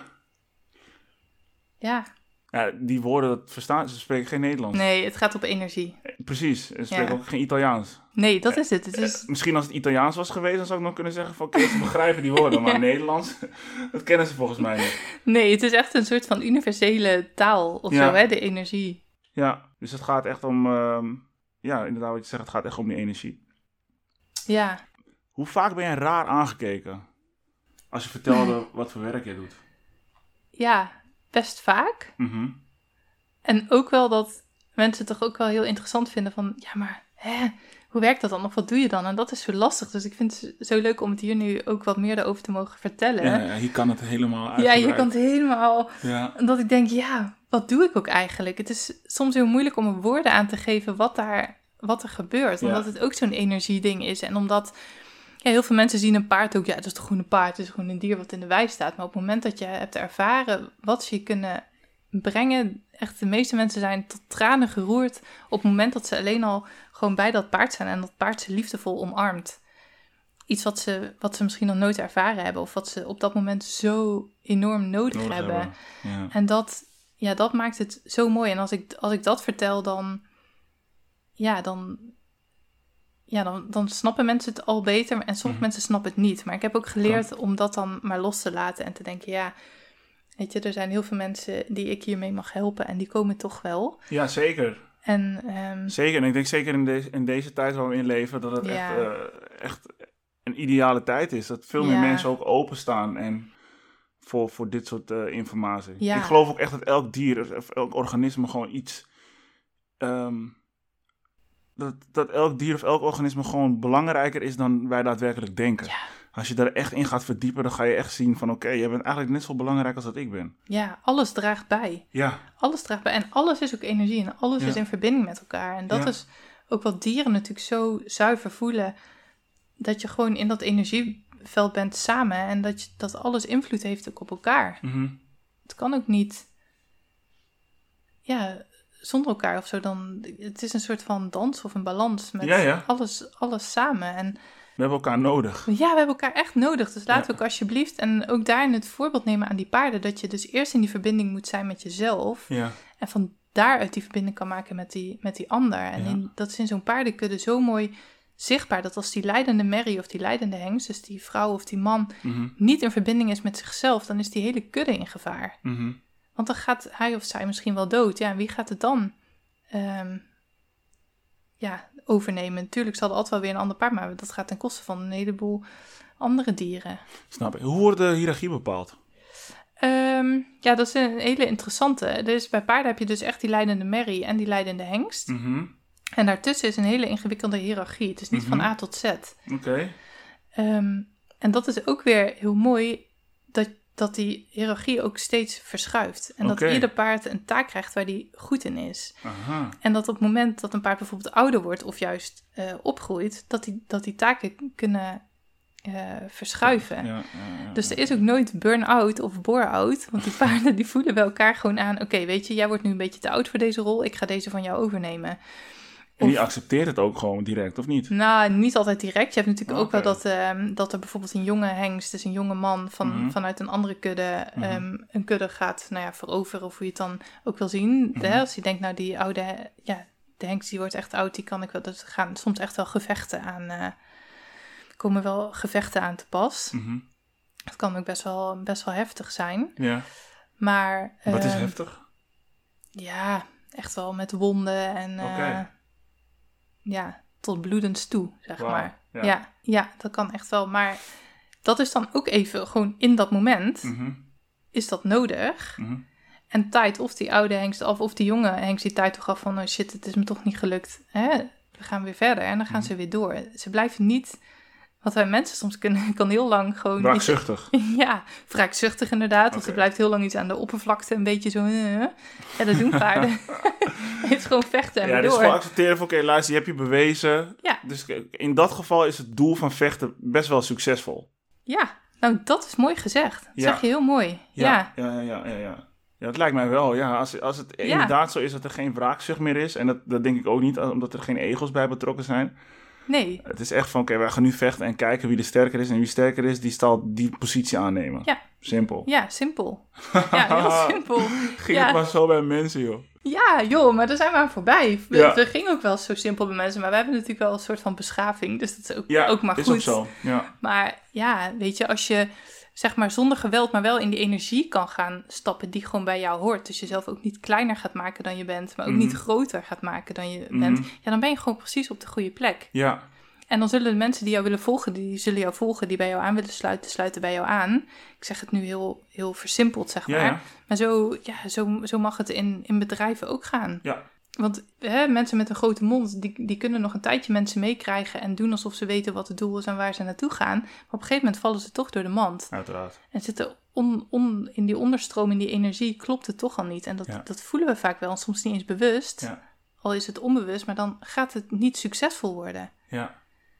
Ja. Ja, die woorden, dat verstaan ze, spreken geen Nederlands. Nee, het gaat op energie. Precies, ze spreken Ja. ook geen Italiaans. Nee, dat is het. Het is... Eh, misschien als het Italiaans was geweest, dan zou ik nog kunnen zeggen van, oké, ze begrijpen die woorden. Maar Ja. Nederlands, dat kennen ze volgens mij niet. Nee, het is echt een soort van universele taal of Ja. zo, hè, de energie. Ja, dus het gaat echt om, ehm, ja, inderdaad wat je zegt, het gaat echt om die energie. Ja. Hoe vaak ben je raar aangekeken? Als je vertelde wat voor werk je doet. Ja, best vaak. Mhm. En ook wel dat mensen het toch ook wel heel interessant vinden van, ja, maar hè, hoe werkt dat dan? Of wat doe je dan? En dat is zo lastig. Dus ik vind het zo leuk om het hier nu ook wat meer over te mogen vertellen. Ja, ja, hier kan het helemaal uit. Ja, je kan het helemaal... Ja, Dat ik denk, ja, wat doe ik ook eigenlijk? Het is soms heel moeilijk om er woorden aan te geven wat, daar, wat er gebeurt. Ja. Omdat het ook zo'n energieding is. En omdat ja, heel veel mensen zien een paard ook, ja, het is toch gewoon een paard. Het is gewoon een dier wat in de wei staat. Maar op het moment dat je hebt ervaren wat ze je kunnen brengen... Echt, de meeste mensen zijn tot tranen geroerd op het moment dat ze alleen al gewoon bij dat paard zijn en dat paard ze liefdevol omarmt. iets wat ze, wat ze misschien nog nooit ervaren hebben. Of wat ze op dat moment zo enorm nodig, Nodig hebben. hebben. Ja. En dat, ja, dat maakt het zo mooi. En als ik, als ik dat vertel, dan... Ja, dan... Ja, dan, dan snappen mensen het al beter. En sommige Mhm. mensen snappen het niet. Maar ik heb ook geleerd om dat dan maar los te laten. En te denken, ja... Weet je, er zijn heel veel mensen die ik hiermee mag helpen. En die komen toch wel. Ja, zeker. En... ehm, Zeker. En ik denk zeker in, deze in deze tijd waar we in leven... dat het Ja. echt, uh, echt een ideale tijd is. Dat veel meer Ja. mensen ook openstaan... en voor, voor dit soort uh, informatie. Ja. Ik geloof ook echt dat elk dier... of elk organisme gewoon iets... Um, dat, dat elk dier of elk organisme gewoon belangrijker is... dan wij daadwerkelijk denken. Ja. Als je daar echt in gaat verdiepen... dan ga je echt zien van... oké, okay, jij bent eigenlijk net zo belangrijk als dat ik ben. Ja, alles draagt bij. Ja. Alles draagt bij. En alles is ook energie. En alles Ja. is in verbinding met elkaar. En dat Ja. is ook wat dieren natuurlijk zo zuiver voelen. Dat je gewoon in dat energieveld bent samen. En dat, je, dat alles invloed heeft ook op elkaar. Mm-hmm. Het kan ook niet... Ja, zonder elkaar of zo. Dan, het is een soort van dans of een balans met Ja, ja. Alles, alles samen. En We hebben elkaar nodig. ja, we hebben elkaar echt nodig. Dus laten Ja. we ook alsjeblieft... En ook daarin het voorbeeld nemen aan die paarden. Dat je dus eerst in die verbinding moet zijn met jezelf. Ja. En van daaruit die verbinding kan maken met die, met die ander. En Ja. in, dat is in zo'n paardenkudde zo mooi zichtbaar. Dat als die leidende merrie of die leidende hengst... Dus die vrouw of die man Mm-hmm. niet in verbinding is met zichzelf... Dan is die hele kudde in gevaar. Mm-hmm. Want dan gaat hij of zij misschien wel dood. Ja, en wie gaat het dan um, ja, overnemen? Natuurlijk zal er altijd wel weer een ander paard, maar dat gaat ten koste van een heleboel andere dieren. Snap ik. Hoe wordt de hiërarchie bepaald? Um, ja, dat is een hele interessante. Dus bij paarden heb je dus echt die leidende merrie en die leidende hengst. Mm-hmm. En daartussen is een hele ingewikkelde hiërarchie. Het is niet Mm-hmm. van A tot Z. Oké. Okay. Um, en dat is ook weer heel mooi, dat, dat die hiërarchie ook steeds verschuift. En Okay. dat ieder paard een taak krijgt waar die goed in is. Aha. En dat op het moment dat een paard bijvoorbeeld ouder wordt of juist uh, opgroeit, dat die, dat die taken kunnen uh, verschuiven. Ja, ja, ja, dus ja. er is ook nooit burn-out of bore-out, want die paarden die voelen bij elkaar gewoon aan, oké, okay, weet je, jij wordt nu een beetje te oud voor deze rol, ik ga deze van jou overnemen. En die Of, accepteert het ook gewoon direct, of niet? nou, niet altijd direct. Je hebt natuurlijk Okay. ook wel dat, um, dat er bijvoorbeeld een jonge hengst, dus een jonge man van, Mm-hmm. vanuit een andere kudde, um, Mm-hmm. een kudde gaat nou ja, veroveren, of hoe je het dan ook wil zien. Mm-hmm. Hè? Als je denkt, nou die oude, ja, de hengst die wordt echt oud, die kan ik wel, dus er gaan soms echt wel gevechten aan, uh, komen wel gevechten aan te pas. Mm-hmm. Het kan ook best wel, best wel heftig zijn. Ja. Maar... Wat is um, heftig? Ja, echt wel met wonden en... Uh, Oké. Ja, tot bloedens toe, zeg Wauw, maar. ja. Ja. ja, dat kan echt wel. Maar dat is dan ook even gewoon in dat moment, Mm-hmm. is dat nodig. Mm-hmm. En tijd of die oude hengst af of die jonge hengst die tijd toch af van... Oh shit, het is me toch niet gelukt. Hè? We gaan weer verder en dan gaan Mm-hmm. ze weer door. Ze blijven niet... Wat wij mensen soms kunnen, kan heel lang gewoon... Wraakzuchtig. Iets, ja, wraakzuchtig inderdaad. Okay. Of er blijft heel lang iets aan de oppervlakte een beetje zo... Uh, ja, dat doen paarden. Het is gewoon vechten en ja, weer dus door. gewoon accepteren van, oké, okay, luister, je hebt je bewezen. Ja. Dus in dat geval is het doel van vechten best wel succesvol. Ja, nou dat is mooi gezegd. Dat Ja. zeg je heel mooi. Ja, Ja, ja, ja, ja. ja, ja. Ja, dat lijkt mij wel. Ja, als, als het Ja. inderdaad zo is dat er geen wraakzucht meer is... en dat, dat denk ik ook niet, omdat er geen egels bij betrokken zijn... Nee, Het is echt van, oké, okay, wij gaan nu vechten en kijken wie er sterker is... en wie sterker is, die zal die positie aannemen. Ja. Simpel. ja, simpel. Ja, heel simpel. Ging Ja. het maar zo bij mensen, joh. Ja, joh, maar daar zijn we aan voorbij. We, Ja. we gingen ook wel zo simpel bij mensen, maar we hebben natuurlijk wel een soort van beschaving. Dus dat is ook, Ja, ook maar is goed. ook zo. Ja. Maar ja, weet je, als je zeg maar zonder geweld, maar wel in die energie kan gaan stappen die gewoon bij jou hoort. Dus jezelf ook niet kleiner gaat maken dan je bent, maar ook Mhm. niet groter gaat maken dan je Mhm. bent. Ja, dan ben je gewoon precies op de goede plek. Ja. En dan zullen de mensen die jou willen volgen, die zullen jou volgen, die bij jou aan willen sluiten, sluiten bij jou aan. Ik zeg het nu heel, heel versimpeld, zeg Ja, maar. ja. Maar zo, ja, zo, zo mag het in, in bedrijven ook gaan. Ja. Want hè, mensen met een grote mond, die, die kunnen nog een tijdje mensen meekrijgen en doen alsof ze weten wat het doel is en waar ze naartoe gaan. Maar op een gegeven moment vallen ze toch door de mand. Uiteraard. En zitten on, on, in die onderstroom, in die energie, klopt het toch al niet. En dat, Ja. dat voelen we vaak wel, en soms niet eens bewust. Ja. Al is het onbewust, maar dan gaat het niet succesvol worden. Ja.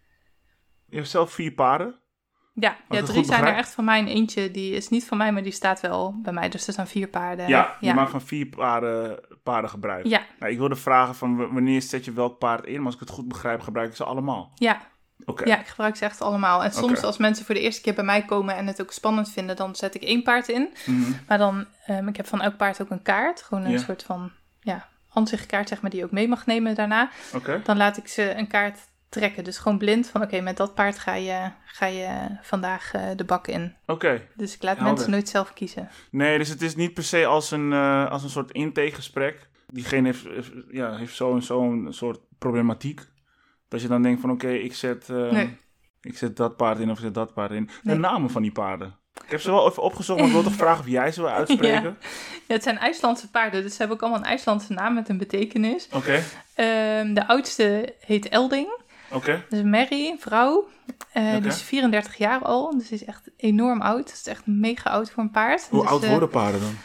Je hebt zelf vier paarden. Ja, ik ja het drie goed zijn er begrijp? echt van mij. En eentje die is niet van mij, maar die staat wel bij mij. Dus er zijn vier paarden. Ja, je ja. maakt van vier paarden, paarden gebruik. Ja, Nou, ik wilde vragen van w- wanneer zet je welk paard in? Maar als ik het goed begrijp, gebruik ik ze allemaal. ja, Okay. Ja, ik gebruik ze echt allemaal. En soms Okay. als mensen voor de eerste keer bij mij komen en het ook spannend vinden, dan zet ik één paard in. Mm-hmm. Maar dan, um, ik heb van elk paard ook een kaart. Gewoon een Ja. soort van, ja, ansichtkaart zeg maar, die je ook mee mag nemen daarna. Okay. Dan laat ik ze een kaart trekken. Dus gewoon blind van, oké, okay, met dat paard ga je, ga je vandaag uh, de bak in. Oké. Okay. Dus ik laat Helder. mensen nooit zelf kiezen. Nee, dus het is niet per se als een, uh, als een soort intakegesprek. Diegene heeft, heeft, ja, heeft zo'n zo'n soort problematiek. Dat je dan denkt van, oké, okay, ik zet... Uh, nee. Ik zet dat paard in of ik zet dat paard in. De nee. namen van die paarden. Ik heb ze wel even opgezocht, maar ik wil toch vragen of jij ze wil uitspreken? Ja. Ja, het zijn IJslandse paarden, dus ze hebben ook allemaal een IJslandse naam met een betekenis. Oké. Okay. Um, de oudste heet Elding. Oké. Okay. Dus Mary, een vrouw. Uh, Okay. Die is vierendertig jaar al, dus die is echt enorm oud. Dat is echt mega oud voor een paard. Hoe dus, oud uh, worden paarden dan?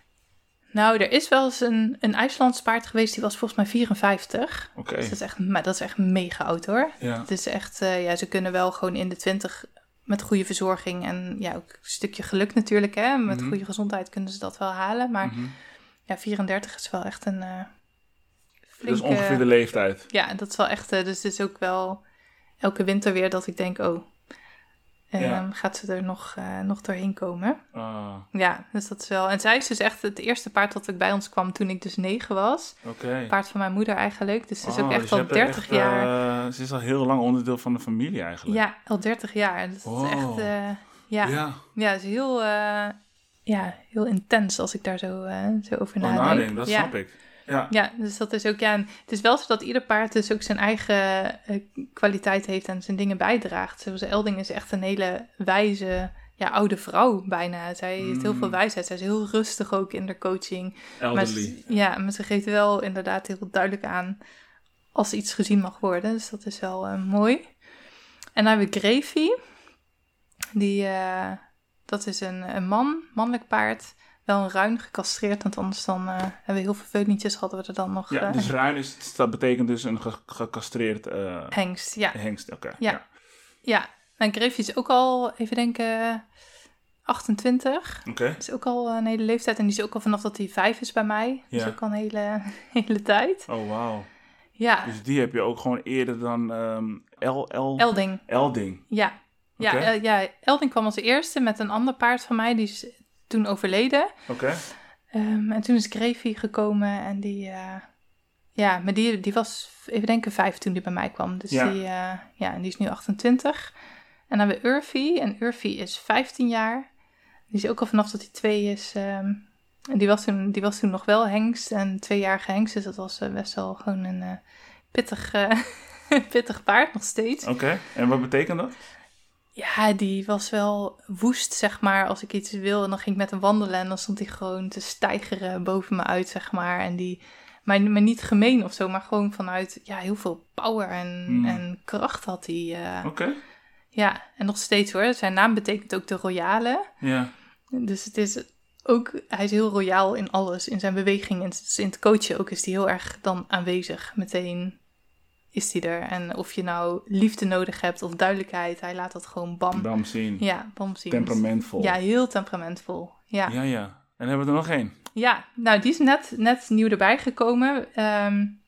Nou, er is wel eens een, een IJslands paard geweest, die was volgens mij vierenvijftig. Oké. Okay. Dus dat is, echt, maar dat is echt mega oud hoor. Ja. Het is echt, uh, ja, ze kunnen wel gewoon in de twintig met goede verzorging en ja, ook een stukje geluk natuurlijk, hè. Met mm-hmm. goede gezondheid kunnen ze dat wel halen. Maar mm-hmm. ja, vierendertig is wel echt een uh, flinke... Dat is ongeveer de leeftijd. Ja, dat is wel echt, uh, dus het is ook wel elke winter weer dat ik denk, oh... Um, ja. Gaat ze er nog, uh, nog doorheen komen. Ah. Ja, dus dat is wel... En zij is dus echt het eerste paard dat ook bij ons kwam toen ik dus negen was. Oké. Okay. Paard van mijn moeder eigenlijk. Dus ze is oh, ook echt dus al dertig echt, jaar... Uh, ze is al heel lang onderdeel van de familie eigenlijk. Ja, al dertig jaar. Dus wow. dat is echt... Uh, ja, ja. ja, het is heel, uh, ja, heel intens als ik daar zo, uh, zo over oh, nadenk. nadenk. Dat ja. snap ik. Ja. ja, dus dat is ook, ja, het is wel zo dat ieder paard dus ook zijn eigen uh, kwaliteit heeft en zijn dingen bijdraagt. Zoals Elding is echt een hele wijze, ja, oude vrouw bijna. Zij heeft mm. heel veel wijsheid. Zij is heel rustig ook in de coaching. Elderly. Maar, ja, maar ze geeft wel inderdaad heel duidelijk aan als iets gezien mag worden. Dus dat is wel uh, mooi. En dan hebben we Grevy. Die, uh, dat is een, een man, mannelijk paard. Wel een ruin gecastreerd, want anders dan uh, hebben we heel veel veulentjes, hadden we er dan nog... Ja, uh, dus ruin is, dat betekent dus een ge- gecastreerd... Uh, hengst, ja. Hengst, oké. Okay. Ja, ja. ja. En Grevy is ook al, even denken, achtentwintig. Oké. Okay. Is ook al een hele leeftijd en die is ook al vanaf dat hij vijf is bij mij. Ja. Dus ook al een hele, hele tijd. Oh, wauw. Ja. Dus die heb je ook gewoon eerder dan um, El, El... Elding. Elding. Ja. Ja, okay. uh, ja, Elding kwam als eerste met een ander paard van mij, die is toen overleden. Oké. Okay. Um, en toen is Grevy gekomen en die... Uh, ja, maar die, die was, even denken, vijf toen die bij mij kwam. Dus ja. die, uh, ja, en die is nu achtentwintig. En dan hebben we Urfie. En Urfie is vijftien jaar. Die is ook al vanaf dat hij twee is. Um, en die was, toen, die was toen nog wel hengst. En tweejarige hengst. Dus dat was uh, best wel gewoon een uh, pittig, uh, pittig paard nog steeds. Oké, okay. En wat betekent dat? Ja, die was wel woest, zeg maar. Als ik iets wil, en dan ging ik met hem wandelen. En dan stond hij gewoon te steigeren boven me uit, zeg maar. En die... Maar, maar niet gemeen of zo, maar gewoon vanuit ja, heel veel power en, mm. en kracht had hij. Uh, Oké. Okay. Ja, en nog steeds hoor. Zijn naam betekent ook de royale. Ja. Dus het is ook, hij is heel royaal in alles, in zijn beweging. En in het coachen ook is hij heel erg dan aanwezig. Meteen is hij er. En of je nou liefde nodig hebt of duidelijkheid, hij laat dat gewoon bam. Bam zien. Ja, bam zien. Temperamentvol. Ja, heel temperamentvol. Ja, ja. ja. En hebben we er nog één? Ja, nou die is net, net nieuw erbij gekomen. Um,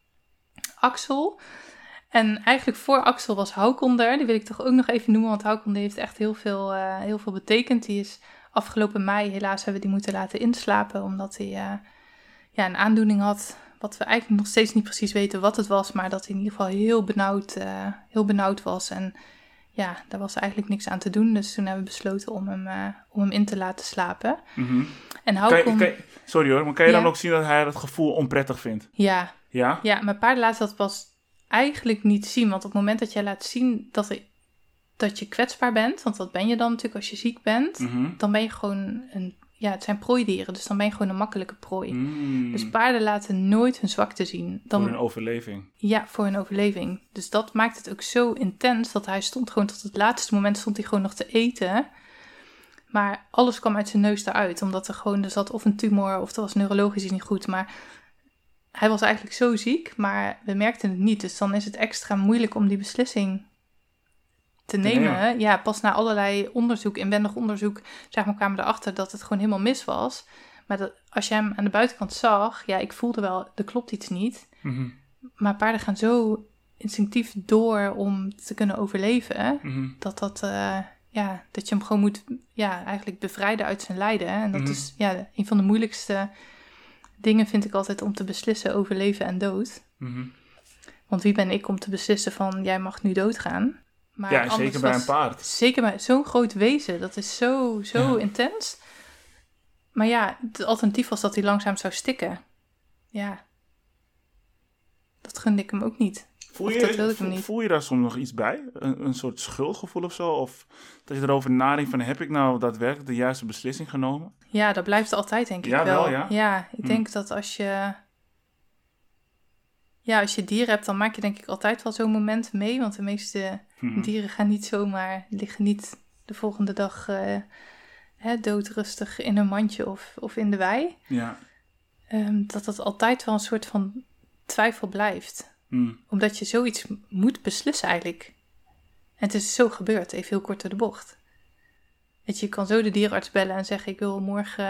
Axel. En eigenlijk voor Axel was Haukonder. Die wil ik toch ook nog even noemen, want Haukonder heeft echt heel veel, uh, heel veel betekend. Die is afgelopen mei, helaas hebben we die moeten laten inslapen, omdat hij uh, ja, een aandoening had, wat we eigenlijk nog steeds niet precies weten wat het was, maar dat hij in ieder geval heel benauwd, uh, heel benauwd was. En ja, daar was eigenlijk niks aan te doen. Dus toen hebben we besloten om hem, uh, om hem in te laten slapen. Mm-hmm. En Haukom... kan je, kan je, sorry hoor, maar kan je ja. dan ook zien dat hij dat gevoel onprettig vindt? Ja. Ja? Ja, maar paarden laten dat pas eigenlijk niet zien. Want op het moment dat jij laat zien dat, er, dat je kwetsbaar bent, want dat ben je dan natuurlijk als je ziek bent, mm-hmm. dan ben je gewoon een... Ja, het zijn prooidieren, dus dan ben je gewoon een makkelijke prooi. Mm. Dus paarden laten nooit hun zwakte zien. Dan, voor hun overleving. Ja, voor hun overleving. Dus dat maakt het ook zo intens dat hij stond gewoon tot het laatste moment stond hij gewoon nog te eten. Maar alles kwam uit zijn neus eruit, omdat er gewoon, er zat of een tumor of er was neurologisch niet goed. Maar hij was eigenlijk zo ziek, maar we merkten het niet. Dus dan is het extra moeilijk om die beslissing te nemen. Ja, ja, pas na allerlei onderzoek, inwendig onderzoek, zeg maar, kwamen we erachter dat het gewoon helemaal mis was. Maar dat, als je hem aan de buitenkant zag, ja, ik voelde wel, er klopt iets niet. Mm-hmm. Maar paarden gaan zo instinctief door om te kunnen overleven. Hè? Mm-hmm. Dat dat, uh, ja, dat je hem gewoon moet, ja, eigenlijk bevrijden uit zijn lijden. Hè? En dat Mm-hmm. is, ja, een van de moeilijkste dingen vind ik altijd om te beslissen over leven en dood. Mm-hmm. Want wie ben ik om te beslissen van, jij mag nu doodgaan? Maar Ja, zeker bij een paard. Zeker bij zo'n groot wezen. Dat is zo, zo ja. intens. Maar ja, het alternatief was dat hij langzaam zou stikken. Ja. Dat gunde ik hem ook niet. Voel Of je, dat wilde ik hem voel, niet. voel je daar soms nog iets bij? Een, een soort schuldgevoel of zo? Of dat je erover nadenkt van, heb ik nou daadwerkelijk de juiste beslissing genomen? Ja, dat blijft altijd, denk ik Ja, wel. wel, ja. ja, ik Hm. denk dat als je... Ja, als je dieren hebt, dan maak je denk ik altijd wel zo'n moment mee. Want de meeste Hm. dieren gaan niet zomaar... liggen niet de volgende dag uh, hè, doodrustig in een mandje of, of in de wei. Ja. Um, dat dat altijd wel een soort van twijfel blijft. Hm. Omdat je zoiets moet beslissen eigenlijk. En het is zo gebeurd, even heel kort door de bocht. Weet je, je kan zo de dierenarts bellen en zeggen... ik wil morgen...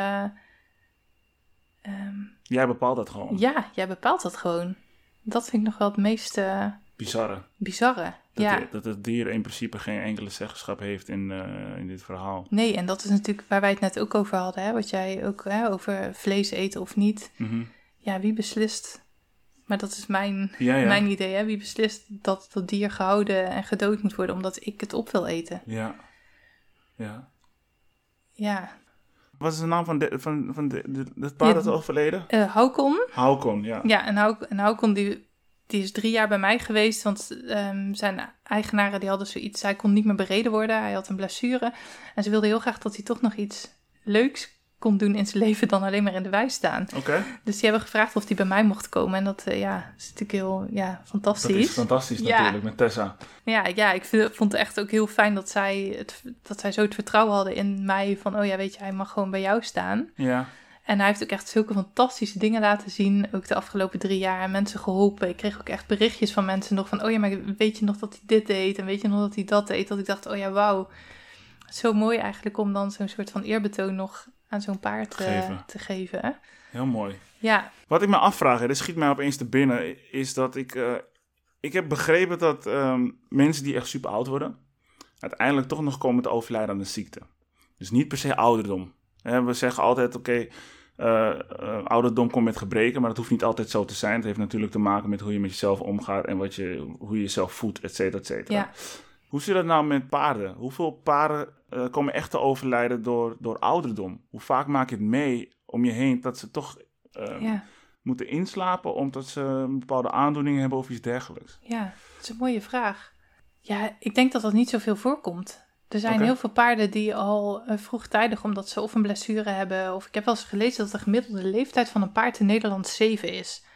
Uh, um, Jij bepaalt dat gewoon. ja, jij bepaalt dat gewoon. Dat vind ik nog wel het meest uh, Bizarre. bizarre. Dat, ja. de, dat het dier in principe geen enkele zeggenschap heeft in, uh, in dit verhaal. Nee, en dat is natuurlijk waar wij het net ook over hadden. Hè? Wat jij ook hè, over vlees eten of niet. Mm-hmm. Ja, wie beslist... Maar dat is mijn, ja, ja. mijn idee. Hè? Wie beslist dat dat dier gehouden en gedood moet worden... omdat ik het op wil eten. Ja. Ja. Ja. Wat is de naam van, de, van, van de, de, het paard dat is overleden? Uh, Haukon. Haukon, ja. Ja, en, Hauk, en Haukon die, die is drie jaar bij mij geweest. Want um, zijn eigenaren die hadden zoiets... Hij kon niet meer bereden worden. Hij had een blessure. En ze wilden heel graag dat hij toch nog iets leuks kon doen in zijn leven... dan alleen maar in de wei staan. Oké. Okay. Dus die hebben gevraagd of hij bij mij mocht komen. En dat uh, ja, is natuurlijk heel ja, fantastisch. Dat is fantastisch ja. natuurlijk, met Tessa. Ja, ja ik vind, vond het echt ook heel fijn dat zij, het, dat zij zo het vertrouwen hadden in mij... van, oh ja, weet je, hij mag gewoon bij jou staan. Ja. En hij heeft ook echt zulke fantastische dingen laten zien. Ook de afgelopen drie jaar. En mensen geholpen. Ik kreeg ook echt berichtjes van mensen nog van... oh ja, maar weet je nog dat hij dit deed? En weet je nog dat hij dat deed? Dat ik dacht, oh ja, wauw. Zo mooi eigenlijk om dan zo'n soort van eerbetoon nog... aan zo'n paard uh, geven. te geven. Hè? Heel mooi. Ja. Wat ik me afvraag, en dit schiet mij opeens te binnen... is dat ik... Uh, ik heb begrepen dat um, mensen die echt super oud worden... uiteindelijk toch nog komen te overlijden aan een ziekte. Dus niet per se ouderdom. He, we zeggen altijd, oké... Okay, Uh, uh, ouderdom komt met gebreken, maar dat hoeft niet altijd zo te zijn. Het heeft natuurlijk te maken met hoe je met jezelf omgaat en wat je, hoe je jezelf voedt, et cetera, et cetera. Ja. Hoe zit dat nou met paarden? Hoeveel paarden uh, komen echt te overlijden door, door ouderdom? Hoe vaak maak je het mee om je heen dat ze toch uh, ja. moeten inslapen omdat ze een bepaalde aandoeningen hebben of iets dergelijks? Ja, dat is een mooie vraag. Ja, ik denk dat dat niet zoveel voorkomt. Er zijn okay. heel veel paarden die al uh, vroegtijdig, omdat ze of een blessure hebben... of ik heb wel eens gelezen dat de gemiddelde leeftijd van een paard in Nederland zeven is.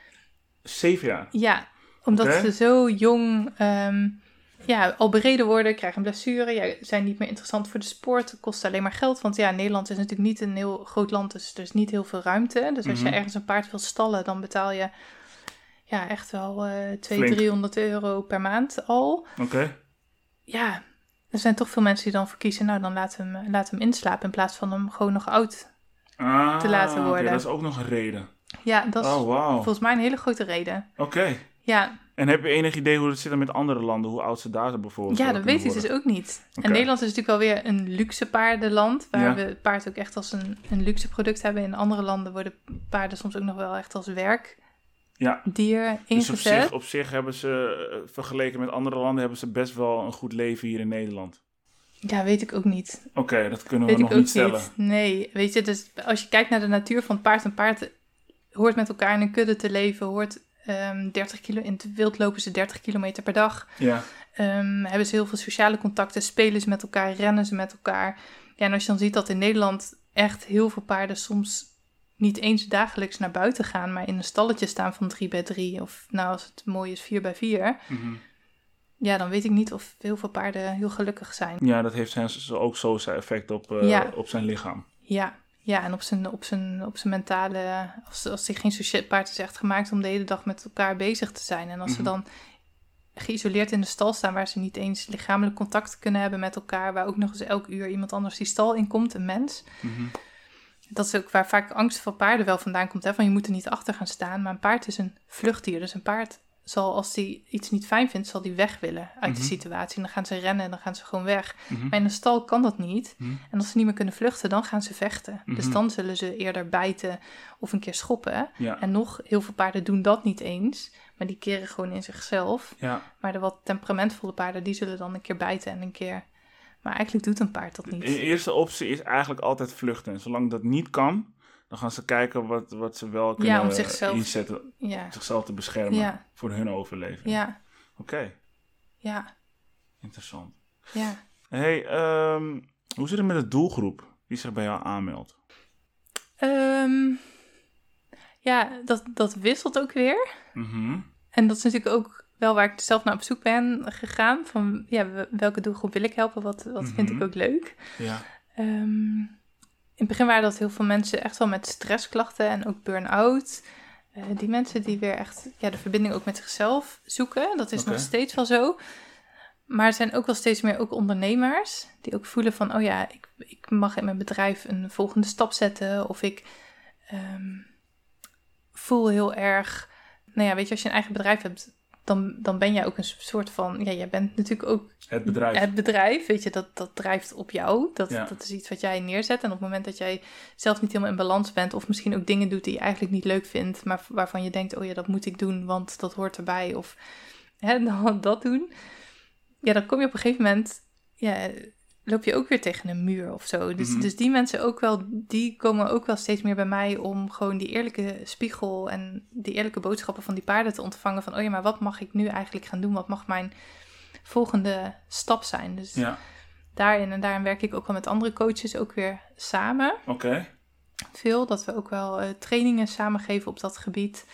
Zeven jaar? Ja, omdat okay. ze zo jong um, ja, al bereden worden, krijgen een blessure... Ja, zijn niet meer interessant voor de sport, kost alleen maar geld. Want ja, Nederland is natuurlijk niet een heel groot land, dus er is niet heel veel ruimte. Dus als mm-hmm. je ergens een paard wil stallen, dan betaal je ja, echt wel uh, tweehonderd, driehonderd euro per maand al. Oké. Okay. Ja... Er zijn toch veel mensen die dan voor kiezen... nou, dan laat hem, laat hem inslapen... in plaats van hem gewoon nog oud ah, te laten worden. Okay, dat is ook nog een reden. Ja, dat is oh, wow. volgens mij een hele grote reden. Oké. Okay. Ja. En heb je enig idee hoe het zit met andere landen? Hoe oud ze daar bijvoorbeeld Ja, dat weet ik dus ook niet. Okay. En Nederland is natuurlijk wel weer een luxe paardenland... waar ja. we het paard ook echt als een, een luxe product hebben. In andere landen worden paarden soms ook nog wel echt als werk... Ja. dier ingezet. Dus op zich, op zich hebben ze, uh, vergeleken met andere landen... hebben ze best wel een goed leven hier in Nederland. Ja, weet ik ook niet. Oké, okay, dat kunnen we weet nog niet stellen. Niet. Nee, weet je, dus als je kijkt naar de natuur van het paard... een paard hoort met elkaar in een kudde te leven... hoort um, dertig kilo, in het wild lopen ze dertig kilometer per dag. Ja. Um, hebben ze heel veel sociale contacten... spelen ze met elkaar, rennen ze met elkaar. Ja, en als je dan ziet dat in Nederland... echt heel veel paarden soms... niet eens dagelijks naar buiten gaan... maar in een stalletje staan van drie bij drie... of nou, als het mooi is, vier bij vier... Mm-hmm. Ja, dan weet ik niet of heel veel paarden heel gelukkig zijn. Ja, dat heeft ook zo zijn effect op, uh, ja. op zijn lichaam. Ja, ja en op zijn, op zijn, op zijn mentale... Als, als hij geen sociaal paard is echt gemaakt... om de hele dag met elkaar bezig te zijn. En als mm-hmm. ze dan geïsoleerd in de stal staan... waar ze niet eens lichamelijk contact kunnen hebben met elkaar... waar ook nog eens elk uur iemand anders die stal in komt, een mens... Mm-hmm. Dat is ook waar vaak angst voor paarden wel vandaan komt. Hè? Van je moet er niet achter gaan staan. Maar een paard is een vluchtdier. Dus een paard zal, als die iets niet fijn vindt, zal die weg willen uit Mhm. de situatie. En dan gaan ze rennen en dan gaan ze gewoon weg. Mhm. Maar in een stal kan dat niet. Mhm. En als ze niet meer kunnen vluchten, dan gaan ze vechten. Dus Mhm. dan zullen ze eerder bijten of een keer schoppen. Ja. En nog, heel veel paarden doen dat niet eens. Maar die keren gewoon in zichzelf. Ja. Maar de wat temperamentvolle paarden, die zullen dan een keer bijten en een keer... Maar eigenlijk doet een paard dat De niet. eerste optie is eigenlijk altijd vluchten. En zolang dat niet kan, dan gaan ze kijken wat, wat ze wel kunnen Ja, om zichzelf- inzetten. Ja, Om zichzelf te beschermen Ja. voor hun overleving. ja, Oké, ja, interessant. ja. Hey, ehm, hoe zit het met de doelgroep die zich bij jou aanmeldt? Ehm, ja, dat, dat wisselt ook weer. Mhm. En dat is natuurlijk ook wel waar ik zelf naar op zoek ben gegaan. Van ja, w- welke doelgroep wil ik helpen? Wat, wat vind Mhm. ik ook leuk? Ja. Ehm, in het begin waren dat heel veel mensen echt wel met stressklachten en ook burn-out. Eh, die mensen die weer echt ja, de verbinding ook met zichzelf zoeken. Dat is Oké. nog steeds wel zo. Maar er zijn ook wel steeds meer ook ondernemers die ook voelen van... oh ja, ik, ik mag in mijn bedrijf een volgende stap zetten. Of ik ehm, voel heel erg... Nou ja, weet je, als je een eigen bedrijf hebt... dan, dan ben jij ook een soort van... ja, jij bent natuurlijk ook Het bedrijf. het bedrijf, weet je, dat, dat drijft op jou. Dat, Ja. dat is iets wat jij neerzet. En op het moment dat jij zelf niet helemaal in balans bent... of misschien ook dingen doet die je eigenlijk niet leuk vindt... maar waarvan je denkt, oh ja, dat moet ik doen, want dat hoort erbij. Of hè, dan dat doen. Ja, dan kom je op een gegeven moment... Ja, loop je ook weer tegen een muur of zo. Dus, Mhm. dus die mensen ook wel, die komen ook wel steeds meer bij mij... om gewoon die eerlijke spiegel en die eerlijke boodschappen van die paarden te ontvangen. Van, oh ja, maar wat mag ik nu eigenlijk gaan doen? Wat mag mijn volgende stap zijn? Dus Ja, daarin en daarin werk ik ook wel met andere coaches ook weer samen. oké. Veel, dat we ook wel uh, trainingen samen geven op dat gebied.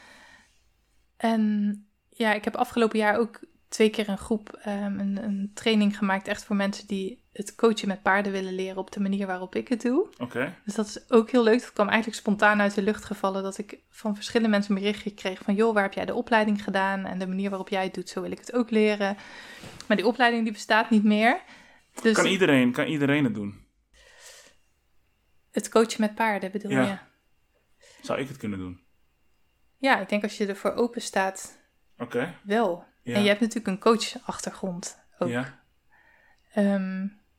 En ja, ik heb afgelopen jaar ook twee keer een groep, um, een, een training gemaakt... echt voor mensen die het coachen met paarden willen leren... op de manier waarop ik het doe. Oké. Dus dat is ook heel leuk. Dat kwam eigenlijk spontaan uit de lucht gevallen... dat ik van verschillende mensen een berichtje kreeg van... joh, waar heb jij de opleiding gedaan? En de manier waarop jij het doet, zo wil ik het ook leren. Maar die opleiding die bestaat niet meer. Dus Kan iedereen, kan iedereen het doen? het coachen met paarden bedoel Ja. je? Zou ik het kunnen doen? Ja, ik denk als je ervoor open staat, Oké. wel. Ja. En je hebt natuurlijk een coach-achtergrond ook. Ja. Ehm,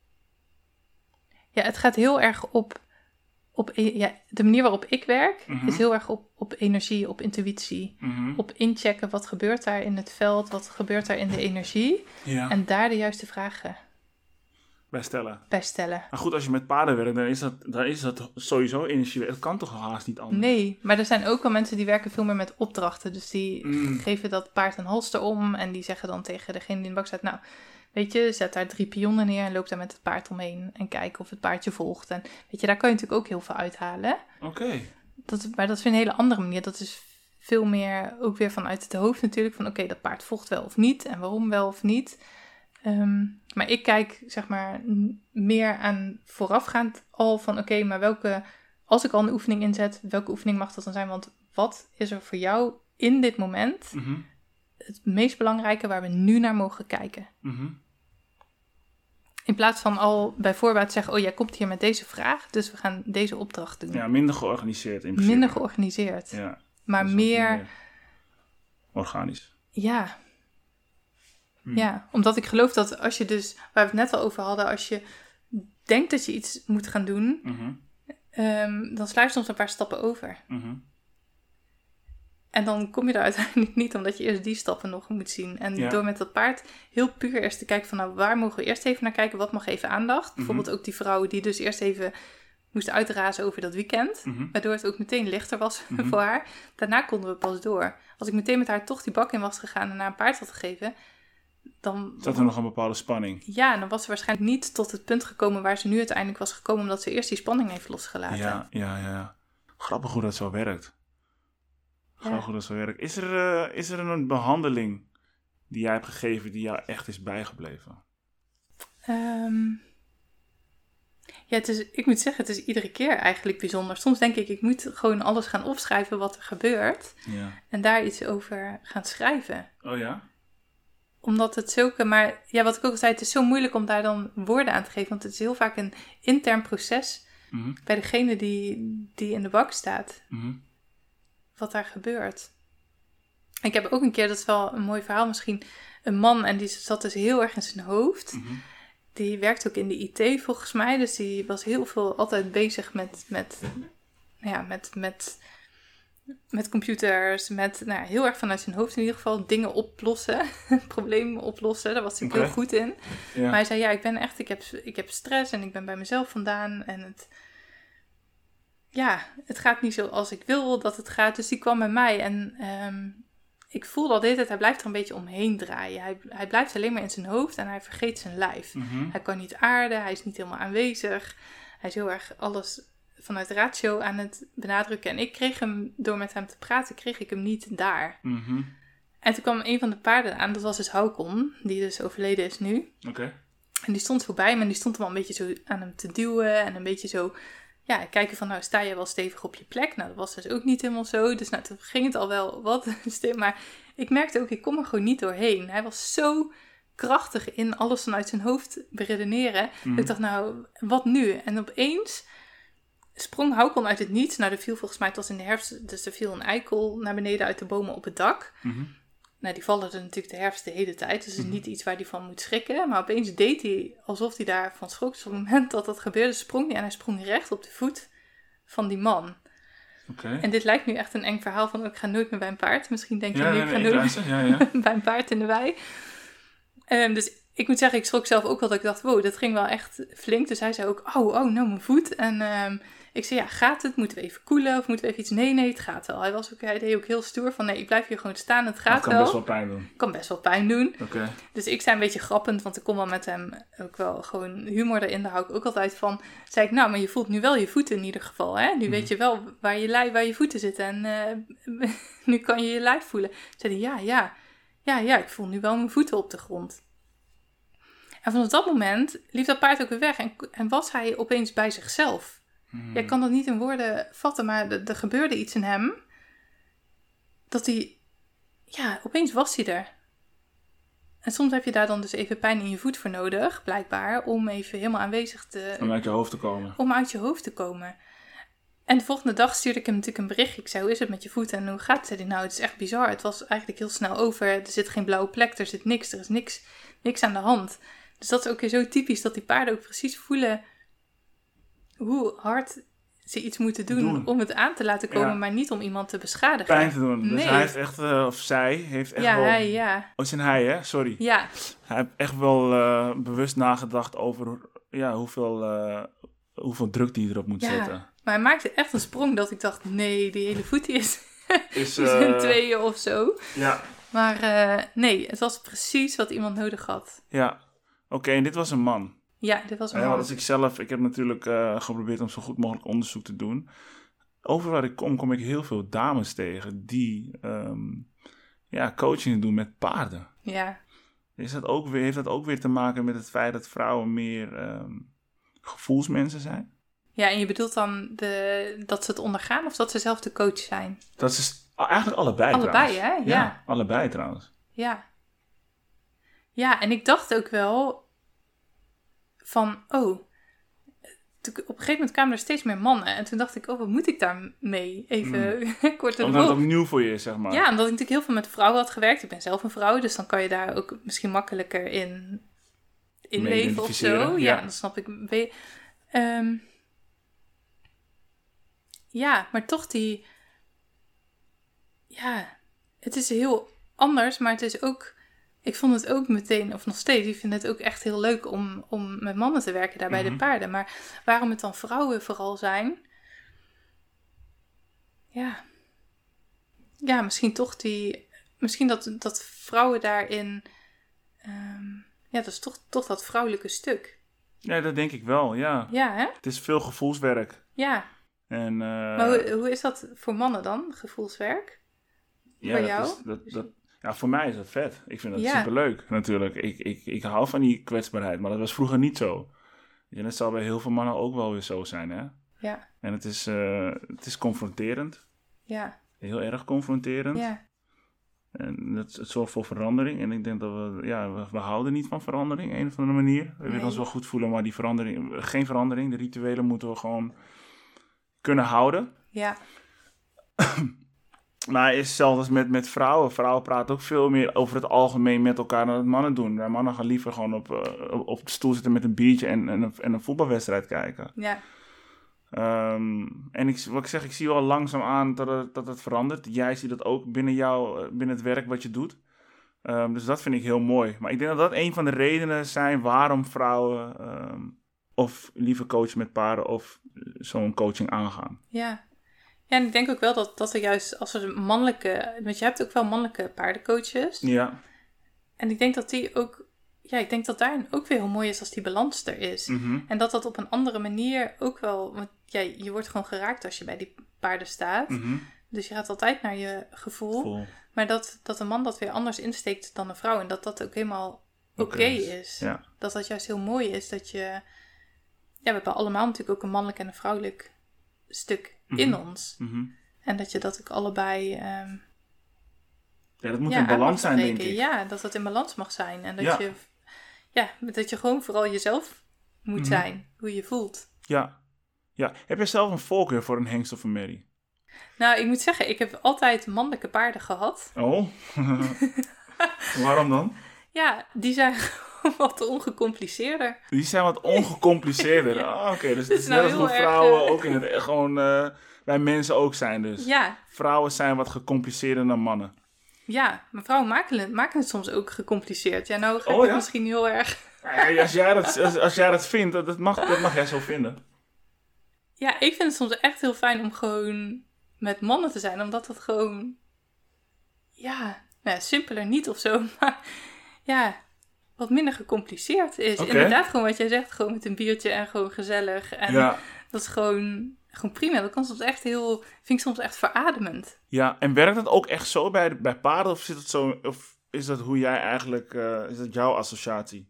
ja, het gaat heel erg op... op e- ja, de manier waarop ik werk Mhm. is heel erg op, op energie, op intuïtie. Mhm. Op inchecken, wat gebeurt daar in het veld? Wat gebeurt daar in de energie? Ja. En daar de juiste vragen Bij stellen. bij stellen. Maar goed, als je met paarden werkt, dan is dat, dan is dat sowieso energie. Het kan toch haast niet anders? Nee, maar er zijn ook wel mensen die werken veel meer met opdrachten. Dus die Mm. geven dat paard een halster om. En die zeggen dan tegen degene die in de bak staat... nou, weet je, zet daar drie pionnen neer en loop daar met het paard omheen. En kijk of het paard je volgt. En weet je, daar kan je natuurlijk ook heel veel uithalen. Oké. Dat, maar dat is weer een hele andere manier. Dat is veel meer ook weer vanuit het hoofd natuurlijk. Van oké, dat paard volgt wel of niet. En waarom wel of niet. Ehm, maar ik kijk zeg maar n- meer aan voorafgaand al van oké, maar welke... Als ik al een oefening inzet, welke oefening mag dat dan zijn? Want wat is er voor jou in dit moment Mhm. het meest belangrijke waar we nu naar mogen kijken? Mhm. In plaats van al bij voorbaat zeggen, oh jij komt hier met deze vraag, dus we gaan deze opdracht doen. Ja, minder georganiseerd in principe. Minder georganiseerd. Ja. maar dat is wat meer... organisch. Ja, Hm. ja, omdat ik geloof dat als je dus, waar we het net al over hadden, als je denkt dat je iets moet gaan doen, Mhm. um, dan sla je soms een paar stappen over. Mhm. En dan kom je er uiteindelijk niet, omdat je eerst die stappen nog moet zien. En Ja. door met dat paard heel puur eerst te kijken van, nou, waar mogen we eerst even naar kijken? Wat mag even aandacht? Mhm. Bijvoorbeeld ook die vrouw die dus eerst even moest uitrazen over dat weekend. Mhm. Waardoor het ook meteen lichter was Mhm. voor haar. Daarna konden we pas door. Als ik meteen met haar toch die bak in was gegaan en naar een paard had gegeven, dan... Zat er nog een bepaalde spanning? Ja, dan was ze waarschijnlijk niet tot het punt gekomen waar ze nu uiteindelijk was gekomen, omdat ze eerst die spanning heeft losgelaten. Ja, ja, ja. Grappig hoe dat zo werkt. Grappig Ja. hoe dat zo werkt. Is er, eh, is er een behandeling die jij hebt gegeven die jou echt is bijgebleven? Ehm, ja, het is, ik moet zeggen, het is iedere keer eigenlijk bijzonder. Soms denk ik, ik moet gewoon alles gaan opschrijven wat er gebeurt Ja. en daar iets over gaan schrijven. Oh ja? Omdat het zulke, maar ja, wat ik ook al zei, het is zo moeilijk om daar dan woorden aan te geven. Want het is heel vaak een intern proces Mhm. bij degene die, die in de bak staat. Mhm. Wat daar gebeurt. Ik heb ook een keer, dat is wel een mooi verhaal misschien, een man en die zat dus heel erg in zijn hoofd. Mm-hmm. Die werkt ook in de I T volgens mij, dus die was heel veel altijd bezig met, met, ja, met, met, met computers, met nou ja, heel erg vanuit zijn hoofd in ieder geval dingen oplossen, problemen oplossen. Daar was hij Okay. heel goed in. Ja. Maar hij zei, ja, ik ben echt, ik heb, ik heb stress en ik ben bij mezelf vandaan en het, ja, het gaat niet zoals ik wil dat het gaat. Dus die kwam bij mij en um, ik voelde al dit, hij blijft er een beetje omheen draaien. Hij, hij blijft alleen maar in zijn hoofd en hij vergeet zijn lijf. Mm-hmm. Hij kan niet aarden, hij is niet helemaal aanwezig. Hij is heel erg alles vanuit ratio aan het benadrukken. En ik kreeg hem, door met hem te praten, kreeg ik hem niet daar. Mm-hmm. En toen kwam een van de paarden aan, dat was dus Haukon, die dus overleden is nu. Oké. Okay. En die stond voorbij me en die stond hem al een beetje zo aan hem te duwen en een beetje zo, ja, kijken van, nou, sta je wel stevig op je plek? Nou, dat was dus ook niet helemaal zo. Dus nou, toen ging het al wel wat stevig. Maar ik merkte ook, ik kom er gewoon niet doorheen. Hij was zo krachtig in alles vanuit zijn hoofd beredeneren. Mm. Ik dacht, nou, wat nu? En opeens sprong Haukon uit het niets. Nou, er viel volgens mij, het was in de herfst, dus er viel een eikel naar beneden uit de bomen op het dak. Mm-hmm. Nou, die vallen er natuurlijk de herfst de hele tijd. Dus het is niet iets waar hij van moet schrikken. Maar opeens deed hij alsof hij daarvan schrok. Dus op het moment dat dat gebeurde, sprong hij en hij sprong recht op de voet van die man. Okay. En dit lijkt nu echt een eng verhaal van, oh, ik ga nooit meer bij een paard. Misschien denk je ja, nu, nee, ik ga nee, nooit meer ja, ja. bij een paard in de wei. Um, dus ik moet zeggen, ik schrok zelf ook wel dat ik dacht, wow, dat ging wel echt flink. Dus hij zei ook, oh, oh, nou mijn voet. En um, ik zei, ja, gaat het? Moeten we even koelen? Of moeten we even iets? Nee, nee, het gaat wel. Hij, was ook, hij deed ook heel stoer van, nee, ik blijf hier gewoon staan, het gaat wel. wel. Het kan best wel pijn doen. Het kan best wel pijn doen. Okay. Dus ik zei een beetje grappend, want ik kon wel met hem ook wel gewoon humor erin. Daar hou ik ook altijd van. Zei ik, nou, maar je voelt nu wel je voeten in ieder geval, hè? Nu mm. weet je wel waar je, lijf, waar je voeten zitten en uh, nu kan je je lijf voelen. Zei hij, ja, ja, ja, ja, ik voel nu wel mijn voeten op de grond. En vanaf dat moment liep dat paard ook weer weg en, en was hij opeens bij zichzelf. Mm. Ja, ik kan dat niet in woorden vatten, maar er, er gebeurde iets in hem. Dat hij, ja, opeens was hij er. En soms heb je daar dan dus even pijn in je voet voor nodig, blijkbaar, om even helemaal aanwezig te... Om uit je hoofd te komen. Om uit je hoofd te komen. En de volgende dag stuurde ik hem natuurlijk een berichtje. Ik zei, hoe is het met je voet en hoe gaat het? Zei hij, nou, het is echt bizar. Het was eigenlijk heel snel over. Er zit geen blauwe plek, er zit niks. Er is niks, niks aan de hand. Dus dat is ook weer zo typisch, dat die paarden ook precies voelen hoe hard ze iets moeten doen, doen. om het aan te laten komen, ja. maar niet om iemand te beschadigen. Pijn te doen. Nee. Dus hij heeft echt, uh, of zij heeft echt ja, wel... Hij, ja, Oh, het is een hij, hè? Sorry. Ja. Hij heeft echt wel uh, bewust nagedacht over ja, hoeveel, uh, hoeveel druk die erop moet ja, zetten. Maar hij maakte echt een sprong dat ik dacht, nee, die hele voet die is, is uh, in tweeën of zo. Ja. Maar uh, nee, het was precies wat iemand nodig had. Ja. Oké, okay, en dit was een man. Ja, dit was een ja, man. Als ik zelf, ik heb natuurlijk uh, geprobeerd om zo goed mogelijk onderzoek te doen. Over waar ik kom, kom ik heel veel dames tegen die um, ja, coaching doen met paarden. Ja. Is dat ook weer, heeft dat ook weer te maken met het feit dat vrouwen meer um, gevoelsmensen zijn? Ja, en je bedoelt dan de, dat ze het ondergaan of dat ze zelf de coach zijn? Dat is eigenlijk allebei Allebei, trouwens. hè? Ja. ja, allebei trouwens. Ja. Ja, en ik dacht ook wel van, oh, op een gegeven moment kwamen er steeds meer mannen. En toen dacht ik, oh, wat moet ik daarmee? Even mm. kort en Omdat het ook nieuw voor je is, zeg maar. Ja, omdat ik natuurlijk heel veel met vrouwen had gewerkt. Ik ben zelf een vrouw, dus dan kan je daar ook misschien makkelijker in, in leven of zo. Ja, ja, dan snap ik. Um, ja, maar toch die... Ja, het is heel anders, maar het is ook... Ik vond het ook meteen, of nog steeds, ik vind het ook echt heel leuk om, om met mannen te werken daar bij mm-hmm. de paarden. Maar waarom het dan vrouwen vooral zijn? Ja, ja misschien toch die... Misschien dat, dat vrouwen daarin... Um, ja, dat is toch, toch dat vrouwelijke stuk. Ja, dat denk ik wel, ja. Ja, hè? Het is veel gevoelswerk. Ja. En, uh, maar hoe, hoe is dat voor mannen dan, gevoelswerk? Ja, voor dat jou? Is, dat, dat, ja, voor mij is dat vet. Ik vind dat ja. superleuk, natuurlijk. Ik, ik, ik hou van die kwetsbaarheid, maar dat was vroeger niet zo. En dat zal bij heel veel mannen ook wel weer zo zijn, hè? Ja. En het is, uh, het is confronterend. Ja. Heel erg confronterend. Ja. En het, het zorgt voor verandering. En ik denk dat we, ja, we, we houden niet van verandering, een of andere manier. We nee. willen ons wel goed voelen, maar die verandering, geen verandering. De rituelen moeten we gewoon kunnen houden. Ja. Maar het is hetzelfde als met, met vrouwen. Vrouwen praten ook veel meer over het algemeen met elkaar dan dat mannen doen. Wij mannen gaan liever gewoon op, uh, op de stoel zitten met een biertje en, en, een, en een voetbalwedstrijd kijken. Ja. Um, en ik, wat ik zeg, ik zie wel langzaam aan dat het, dat het verandert. Jij ziet dat ook binnen jou, binnen het werk wat je doet. Um, dus dat vind ik heel mooi. Maar ik denk dat dat een van de redenen zijn waarom vrouwen um, of liever coachen met paarden of zo'n coaching aangaan. Ja. Ja, en ik denk ook wel dat, dat er juist als er mannelijke... Want je hebt ook wel mannelijke paardencoaches. Ja. En ik denk dat die ook... Ja, ik denk dat daarin ook weer heel mooi is als die balans er is. Mm-hmm. En dat dat op een andere manier ook wel... Want ja, je wordt gewoon geraakt als je bij die paarden staat. Mm-hmm. Dus je gaat altijd naar je gevoel. Vol. Maar dat, dat een man dat weer anders insteekt dan een vrouw. En dat dat ook helemaal oké Okay. is. Ja. Dat dat juist heel mooi is. Dat je... Ja, we hebben allemaal natuurlijk ook een mannelijk en een vrouwelijk stuk Mm-hmm. in ons. Mm-hmm. En dat je dat ook allebei... Um, Ja, dat moet ja, in uit balans mag zijn, denk spreken. ik. Ja, dat dat in balans mag zijn. En dat, Ja. je, ja, dat je gewoon vooral jezelf moet Mm-hmm. zijn. Hoe je voelt. Ja. Ja. Heb je zelf een voorkeur voor een hengst of een merrie? Nou, ik moet zeggen, ik heb altijd mannelijke paarden gehad. Oh. Waarom dan? Ja, die zijn gewoon wat ongecompliceerder. Die zijn wat ongecompliceerder. Ah, oké. Okay. Dus het is nou net als hoe heel erg, vrouwen uh, ook in het gewoon uh, bij mensen ook zijn dus. Ja. Vrouwen zijn wat gecompliceerder dan mannen. Ja, maar vrouwen maken het, maken het soms ook gecompliceerd. Ja, nou ga ik Oh, het ja? misschien heel erg... Ja, als, jij dat, als, als jij dat vindt, dat mag, dat mag jij zo vinden. Ja, ik vind het soms echt heel fijn om gewoon met mannen te zijn. Omdat dat gewoon... Ja, nou ja, simpeler niet of zo. Maar ja, wat minder gecompliceerd is. Okay. Inderdaad, gewoon wat jij zegt. Gewoon met een biertje en gewoon gezellig. En Ja. dat is gewoon, gewoon prima. Dat kan soms echt heel... Vind ik soms echt verademend. Ja, en werkt dat ook echt zo bij, bij paarden? Of, zit het zo, of is dat hoe jij eigenlijk... Uh, is dat jouw associatie?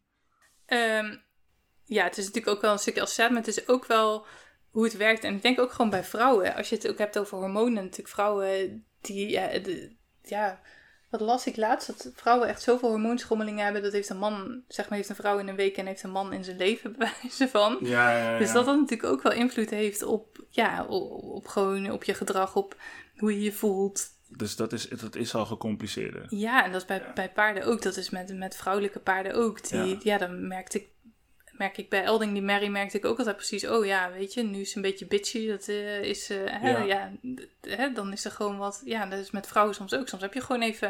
Um, ja, het is natuurlijk ook wel een stukje associatie. Maar het is ook wel hoe het werkt. En ik denk ook gewoon bij vrouwen. Als je het ook hebt over hormonen. Natuurlijk vrouwen die... Ja, de, ja, wat las ik laatst? Dat vrouwen echt zoveel hormoonschommelingen hebben. Dat heeft een man, zeg maar, heeft een vrouw in een week en heeft een man in zijn leven, bij wijze van. Ja, ja, ja. Dus dat dat natuurlijk ook wel invloed heeft op, ja, op, op gewoon op je gedrag, op hoe je je voelt. Dus dat is, dat is al gecompliceerder. Ja, en dat is bij, Ja. bij paarden ook. Dat is met, met vrouwelijke paarden ook. Die, ja. ja, dan merkte ik, merk ik bij Elding, die Mary, merkte ik ook altijd precies, oh ja, weet je, nu is ze een beetje bitchy. Dat uh, is, uh, hè, Ja. ja, hè, dan is er gewoon wat, ja, dat is met vrouwen soms ook. Soms heb je gewoon even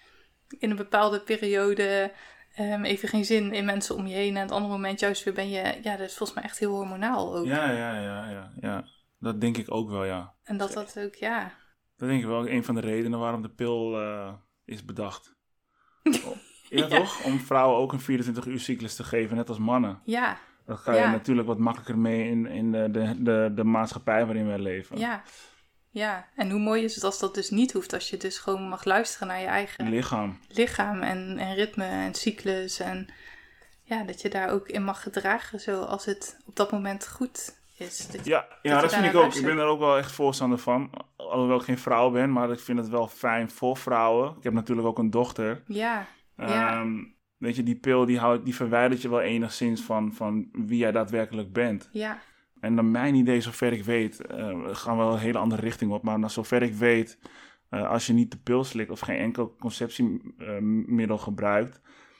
in een bepaalde periode um, even geen zin in mensen om je heen. En het andere moment juist weer ben je, ja, dat is volgens mij echt heel hormonaal ook. Ja, ja, ja, ja, ja. Dat denk ik ook wel, ja. En dat dat ook, ja. Dat denk ik wel een van de redenen waarom de pil uh, is bedacht. Oh. Ja, ja, toch? Om vrouwen ook een vierentwintig uur cyclus te geven, net als mannen. Ja. Daar ga je ja. natuurlijk wat makkelijker mee in, in de, de, de, de maatschappij waarin wij leven. Ja. Ja, en hoe mooi is het als dat dus niet hoeft. Als je dus gewoon mag luisteren naar je eigen lichaam, lichaam en, en ritme en cyclus. En ja, dat je daar ook in mag gedragen zoals het op dat moment goed is. Dat, ja, ja, dat, dat vind ik ook. Luistert. Ik ben er ook wel echt voorstander van. Alhoewel ik geen vrouw ben, maar ik vind het wel fijn voor vrouwen. Ik heb natuurlijk ook een dochter. Ja, ja. Um, weet je, die pil die, houdt, die verwijdert je wel enigszins van, van wie jij daadwerkelijk bent. Ja. En naar mijn idee, zover ik weet, uh, gaan we wel een hele andere richting op. Maar naar zover ik weet, uh, als je niet de pil slikt of geen enkel conceptiemiddel uh, gebruikt,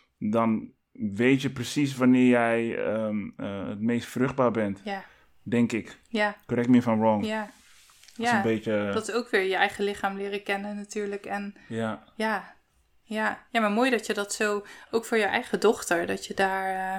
dan weet je precies wanneer jij um, uh, het meest vruchtbaar bent. Ja. Denk ik. Ja. Correct me if I'm wrong. Ja. Dat ja. is een beetje... Dat is ook weer je eigen lichaam leren kennen natuurlijk. En ja. Ja. Ja. Ja, maar mooi dat je dat zo, ook voor je eigen dochter, dat je daar uh,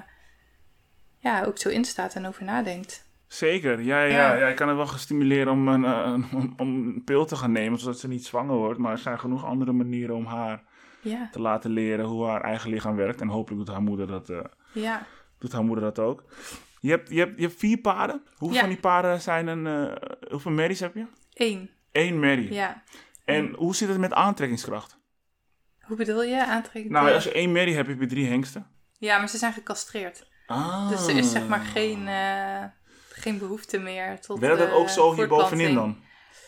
ja, ook zo in staat en over nadenkt. Zeker, ja, ja, ja. ja. Ik kan het wel gaan stimuleren om een, uh, om, om een pil te gaan nemen, zodat ze niet zwanger wordt. Maar er zijn genoeg andere manieren om haar ja. te laten leren hoe haar eigen lichaam werkt. En hopelijk doet haar moeder dat, uh, ja. doet haar moeder dat ook. Je hebt, je hebt, je hebt vier paarden. Hoeveel ja. van die paarden zijn een... Uh, hoeveel merries heb je? Eén. Eén merrie. Ja. En mm. hoe zit het met aantrekkingskracht? Hoe bedoel je aantrekking? Nou, als je één merrie hebt, heb je drie hengsten. Ja, maar ze zijn gecastreerd. Ah. Dus er is zeg maar geen... Uh, geen behoefte meer tot Werkt dat ook zo hier bovenin dan?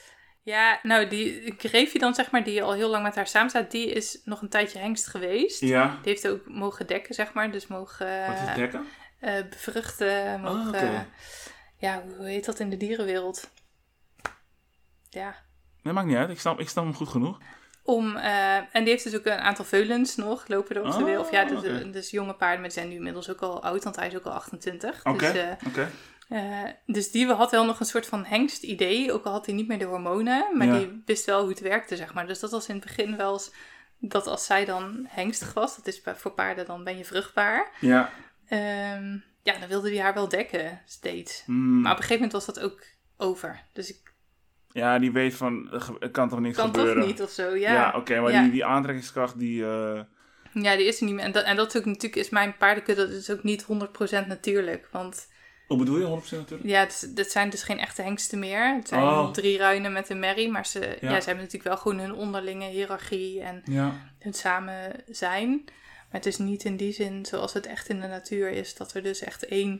Ja, nou, die Greefje dan, zeg maar, die al heel lang met haar samen staat, die is nog een tijdje hengst geweest. Ja. Die heeft ook mogen dekken, zeg maar. Dus mogen... Wat is dekken? Uh, bevruchten, mogen... Ah, okay. Ja, hoe heet dat in de dierenwereld? Ja. Nee, maakt niet uit. Ik snap, ik snap hem goed genoeg. Om, uh, en die heeft dus ook een aantal veulens nog, lopen er op zijn Oh, wil. Of ja, dus, okay. dus jonge paarden, maar die zijn nu inmiddels ook al oud, want hij is ook al achtentwintig. Oké, okay, dus, uh, okay. uh, dus die had wel nog een soort van hengstidee, ook al had hij niet meer de hormonen, maar ja. die wist wel hoe het werkte, zeg maar. Dus dat was in het begin wel eens, dat als zij dan hengstig was, dat is voor paarden, dan ben je vruchtbaar. Ja. Um, ja, dan wilde hij haar wel dekken, steeds. Mm. Maar op een gegeven moment was dat ook over. Dus ik... Ja, die weet van, het kan toch niet kan gebeuren? Kan toch niet of zo, ja. Ja, oké, okay, maar ja. die, die aantrekkingskracht, die... Uh... Ja, die is er niet meer. En dat, en dat is ook natuurlijk, is mijn paardenkudde, dat is ook niet honderd procent natuurlijk, want... Hoe bedoel je honderd procent natuurlijk? Ja, het, het zijn dus geen echte hengsten meer. Het zijn oh. drie ruinen met een merrie, maar ze, ja. Ja, ze hebben natuurlijk wel gewoon hun onderlinge hiërarchie en ja. hun samen zijn. Maar het is niet in die zin zoals het echt in de natuur is, dat er dus echt één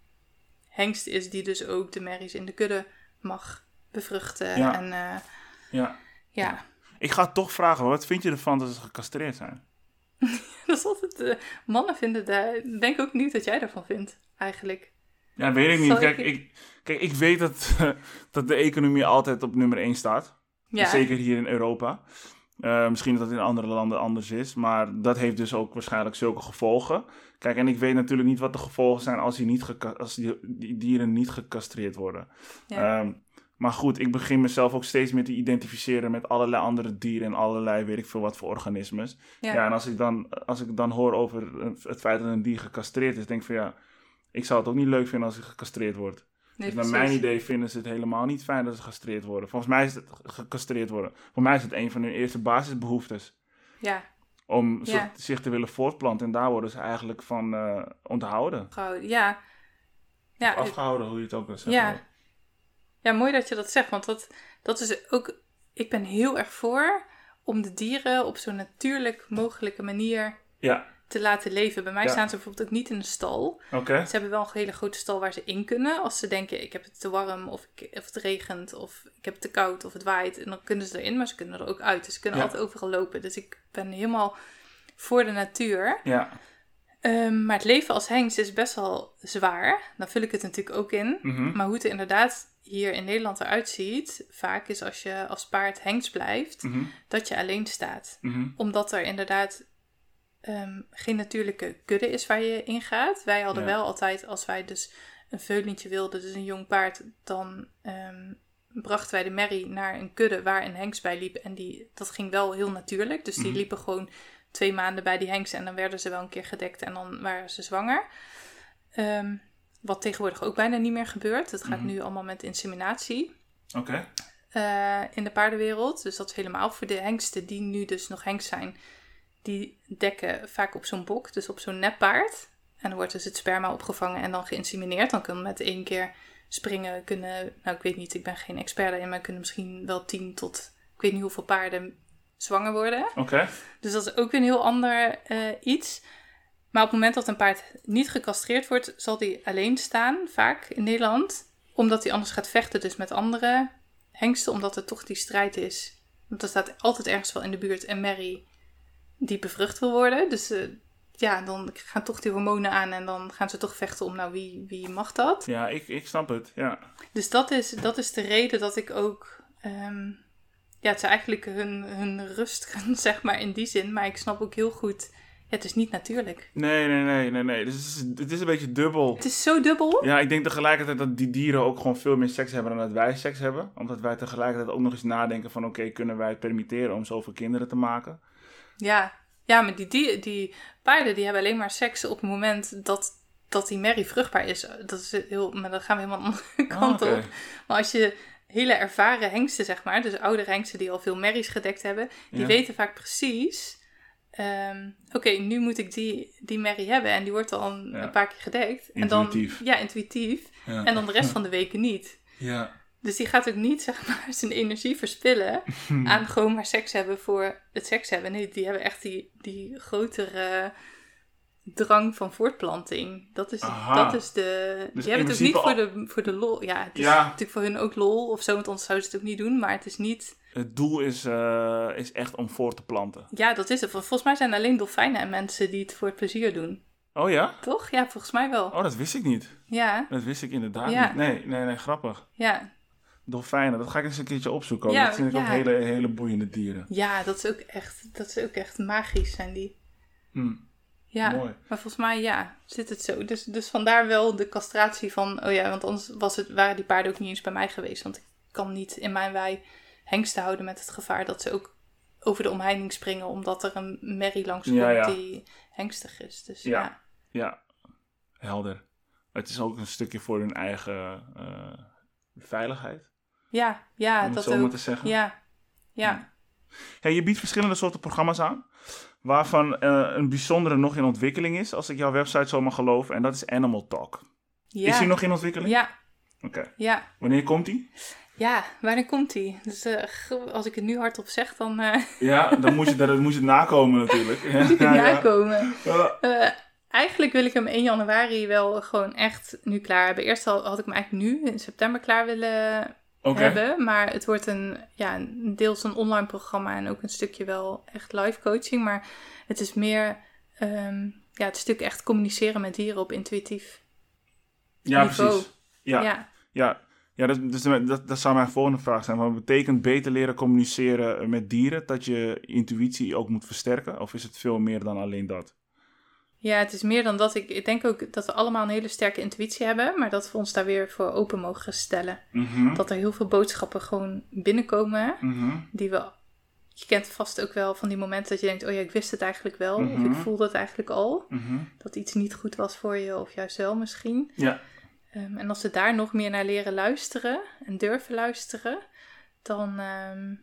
hengst is die dus ook de merries in de kudde mag bevruchten. Ja. En, uh, ja. ja. Ik ga toch vragen, wat vind je ervan dat ze gecastreerd zijn? Dat is altijd, uh, mannen vinden daar, denk ook niet dat jij daarvan vindt, eigenlijk. Ja, weet ik niet. Zal Kijk, ik... Ik, kijk, ik weet dat, uh, dat de economie altijd op nummer één staat. Ja. Zeker hier in Europa. Uh, misschien dat het in andere landen anders is, maar dat heeft dus ook waarschijnlijk zulke gevolgen. Kijk, en ik weet natuurlijk niet wat de gevolgen zijn als die, niet geka- als die, die dieren niet gecastreerd worden. Ja. Um, maar goed, ik begin mezelf ook steeds meer te identificeren met allerlei andere dieren en allerlei, weet ik veel wat voor organismes. Ja, ja en als ik, dan, als ik dan hoor over het feit dat een dier gecastreerd is, denk ik van ja, ik zou het ook niet leuk vinden als hij gecastreerd wordt. Nee, dus naar mijn idee vinden ze het helemaal niet fijn dat ze gecastreerd worden. Volgens mij is het gecastreerd worden. Voor mij is het een van hun eerste basisbehoeftes. Ja. Om ja. zo, zich te willen voortplanten. En daar worden ze eigenlijk van uh, onthouden. Ja. ja. Of afgehouden, hoe je het ook wil zeggen. Ja. Ja, mooi dat je dat zegt. Want dat, dat is ook... Ik ben heel erg voor om de dieren op zo'n natuurlijk mogelijke manier... Ja. te laten leven. Bij mij ja. staan ze bijvoorbeeld ook niet in een stal. Okay. Ze hebben wel een hele grote stal waar ze in kunnen. Als ze denken, ik heb het te warm, of, ik, of het regent, of ik heb het te koud, of het waait. En dan kunnen ze erin, maar ze kunnen er ook uit. Dus ze kunnen ja. altijd overal lopen. Dus ik ben helemaal voor de natuur. Ja. Um, maar het leven als hengst is best wel zwaar. Dan vul ik het natuurlijk ook in. Mm-hmm. Maar hoe het inderdaad hier in Nederland eruit ziet, vaak is als je als paard hengst blijft, mm-hmm. dat je alleen staat. Mm-hmm. Omdat er inderdaad Um, geen natuurlijke kudde is waar je in gaat. Wij hadden ja. wel altijd, als wij dus een veulentje wilden, dus een jong paard, dan um, brachten wij de merrie naar een kudde waar een hengst bij liep. En die, dat ging wel heel natuurlijk. Dus die mm-hmm. liepen gewoon twee maanden bij die hengst en dan werden ze wel een keer gedekt en dan waren ze zwanger. Um, wat tegenwoordig ook bijna niet meer gebeurt. Het gaat mm-hmm. nu allemaal met inseminatie. Oké. Okay. Uh, in de paardenwereld. Dus dat is helemaal voor de hengsten die nu dus nog hengst zijn. Die dekken vaak op zo'n bok, dus op zo'n neppaard. En dan wordt dus het sperma opgevangen en dan geïnsemineerd. Dan kunnen met één keer springen kunnen, nou ik weet niet, ik ben geen expert daarin, maar kunnen misschien wel tien tot, ik weet niet hoeveel paarden zwanger worden. Oké. Okay. Dus dat is ook een heel ander uh, iets. Maar op het moment dat een paard niet gecastreerd wordt, zal die alleen staan, vaak in Nederland. Omdat hij anders gaat vechten dus met andere hengsten, omdat er toch die strijd is. Want er staat altijd ergens wel in de buurt een merrie die bevrucht wil worden. Dus uh, ja, dan gaan toch die hormonen aan en dan gaan ze toch vechten om, nou, wie, wie mag dat? Ja, ik, ik snap het, ja. Dus dat is, dat is de reden dat ik ook... Um, ja, het is eigenlijk hun, hun rust, zeg maar, in die zin. Maar ik snap ook heel goed... Ja, het is niet natuurlijk. Nee, nee, nee, nee, nee. Dus het, is, het is een beetje dubbel. Het is zo dubbel. Ja, ik denk tegelijkertijd dat die dieren ook gewoon veel meer seks hebben dan dat wij seks hebben. Omdat wij tegelijkertijd ook nog eens nadenken van... Oké, okay, kunnen wij het permitteren om zoveel kinderen te maken? Ja, ja, maar die, die, die paarden die hebben alleen maar seks op het moment dat, dat die merrie vruchtbaar is. Dat is heel, maar dan gaan we helemaal aan de andere kant oh, okay. op. Maar als je hele ervaren hengsten, zeg maar, dus oudere hengsten die al veel merries gedekt hebben, die ja. weten vaak precies... Um, Oké, okay, nu moet ik die, die merrie hebben en die wordt al een, ja. een paar keer gedekt. Intuïtief. En dan, ja, intuïtief. Ja. En dan de rest van de weken niet. Ja. Dus die gaat ook niet, zeg maar, zijn energie verspillen aan gewoon maar seks hebben voor het seks hebben. Nee, die hebben echt die, die grotere drang van voortplanting. Dat is, dat is de... Dus die hebben het ook niet al... voor, de, voor de lol. Ja, het is ja. natuurlijk voor hun ook lol of zo, want anders zouden ze het ook niet doen. Maar het is niet... Het doel is, uh, is echt om voor te planten. Ja, dat is het. Volgens mij zijn er alleen dolfijnen en mensen die het voor het plezier doen. Oh ja? Toch? Ja, volgens mij wel. Oh, dat wist ik niet. Ja. Dat wist ik inderdaad ja. niet. Nee, nee, nee, grappig. Ja. Dolfijnen, dat ga ik eens een keertje opzoeken. Ook. Ja, dat vind ik ja. ook hele, hele boeiende dieren. Ja, dat is ook echt, dat is ook echt magisch zijn die. Hm. Ja, Mooi. maar volgens mij ja, zit het zo. Dus, dus vandaar wel de castratie van, oh ja, want anders was het, waren die paarden ook niet eens bij mij geweest. Want ik kan niet in mijn wei hengsten houden met het gevaar dat ze ook over de omheining springen, omdat er een merrie langskomt Ja, ja. die hengstig is. Dus Ja. ja. Ja, helder. Het is ook een stukje voor hun eigen uh, veiligheid, Ja, ja, om het dat zo maar ook. te zeggen. Ja, ja. Ja, je biedt verschillende soorten programma's aan, waarvan uh, een bijzondere nog in ontwikkeling is, als ik jouw website zo mag geloven, en dat is Animal Talk. Ja. Is die nog in ontwikkeling? Ja, Oké. Okay. ja. Wanneer komt die? Ja, wanneer komt die? Dus uh, als ik het nu hardop zeg, dan uh, Ja, dan moet je, dan moet je het nakomen natuurlijk. moet ik het Ja, ja. nakomen. Ja. Uh, eigenlijk wil ik hem één januari wel gewoon echt nu klaar hebben. Eerst al had ik hem eigenlijk nu in september klaar willen Oké. hebben. Maar het wordt een, ja, een deels een online programma en ook een stukje wel echt live coaching. Maar het is meer um, ja, het stuk echt communiceren met dieren op intuïtief Ja, niveau. precies. Ja, ja. ja. ja dat, dus dat, dat zou mijn volgende vraag zijn. Wat betekent beter leren communiceren met dieren? Dat je intuïtie ook moet versterken? Of is het veel meer dan alleen dat? Ja, het is meer dan dat. Ik, ik denk ook dat we allemaal een hele sterke intuïtie hebben, maar dat we ons daar weer voor open mogen stellen. Mm-hmm. Dat er heel veel boodschappen gewoon binnenkomen, Mm-hmm. die we... Je kent vast ook wel van die momenten dat je denkt, oh ja, ik wist het eigenlijk wel, Mm-hmm. of ik voelde het eigenlijk al. Mm-hmm. Dat iets niet goed was voor je, of juist wel misschien. Ja. Um, en als we daar nog meer naar leren luisteren en durven luisteren, dan... Um,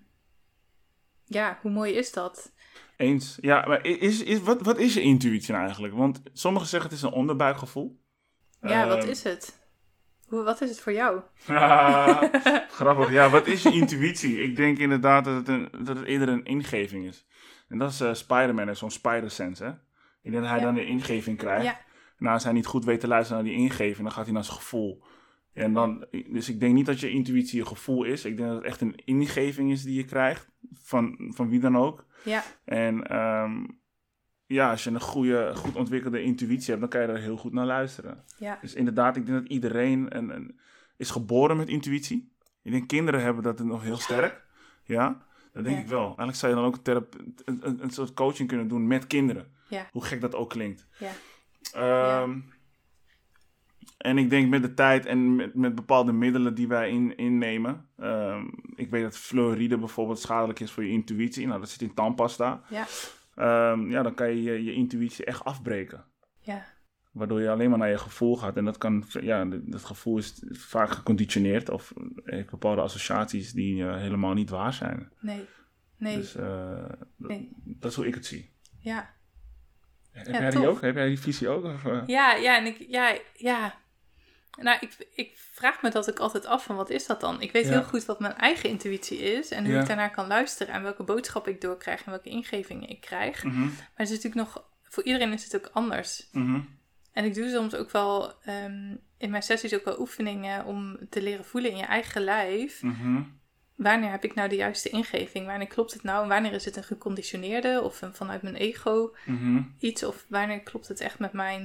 ja, hoe mooi is dat? Eens. Ja, maar is, is, wat, wat is je intuïtie nou eigenlijk? Want sommigen zeggen het is een onderbuikgevoel. Ja, Uh, wat is het? Hoe, wat is het voor jou? Ah, grappig. Ja, wat is je intuïtie? Ik denk inderdaad dat het, een, dat het eerder een ingeving is. En dat is uh, Spider-Man, is zo'n spider-sense, hè? Ik denk dat hij Ja. dan een ingeving krijgt. Ja. Nou, als hij niet goed weet te luisteren naar die ingeving, dan gaat hij naar zijn gevoel. En dan, dus ik denk niet dat je intuïtie je gevoel is. Ik denk dat het echt een ingeving is die je krijgt, van, van wie dan ook. Ja, En um, ja, als je een goede, goed ontwikkelde intuïtie hebt, dan kan je er heel goed naar luisteren. ja, Dus inderdaad, ik denk dat iedereen een, een, is geboren met intuïtie. Ik denk kinderen hebben dat nog heel sterk. Ja, dat denk Ja. ik wel. Eigenlijk zou je dan ook een, therape- een, een, een soort coaching kunnen doen met kinderen. ja, Hoe gek dat ook klinkt. ja. Um, En ik denk met de tijd en met, met bepaalde middelen die wij in, innemen. Um, ik weet dat fluoride bijvoorbeeld schadelijk is voor je intuïtie. Nou, dat zit in tandpasta. Ja, Um, ja, dan kan je, je je intuïtie echt afbreken. ja, Waardoor je alleen maar naar je gevoel gaat. En dat kan, ja, dat gevoel is vaak geconditioneerd. Of heeft bepaalde associaties die uh, helemaal niet waar zijn. nee, nee, Dus uh, nee. dat, dat is hoe ik het zie. ja. Heb Ja, jij die tof. ook? Heb jij die visie ook? Of, uh? Ja, ja, en ik, ja, ja. Nou, ik, ik vraag me dat ook altijd af van wat is dat dan? Ik weet Ja. heel goed wat mijn eigen intuïtie is en hoe Ja. ik daarnaar kan luisteren en welke boodschap ik doorkrijg en welke ingevingen ik krijg. Mm-hmm. Maar het is natuurlijk nog, voor iedereen is het ook anders. Mm-hmm. En ik doe soms ook wel um, in mijn sessies ook wel oefeningen om te leren voelen in je eigen lijf. Mm-hmm. Wanneer heb ik nou de juiste ingeving? Wanneer klopt het nou? En wanneer is het een geconditioneerde of een vanuit mijn ego Mm-hmm. iets? Of wanneer klopt het echt met mijn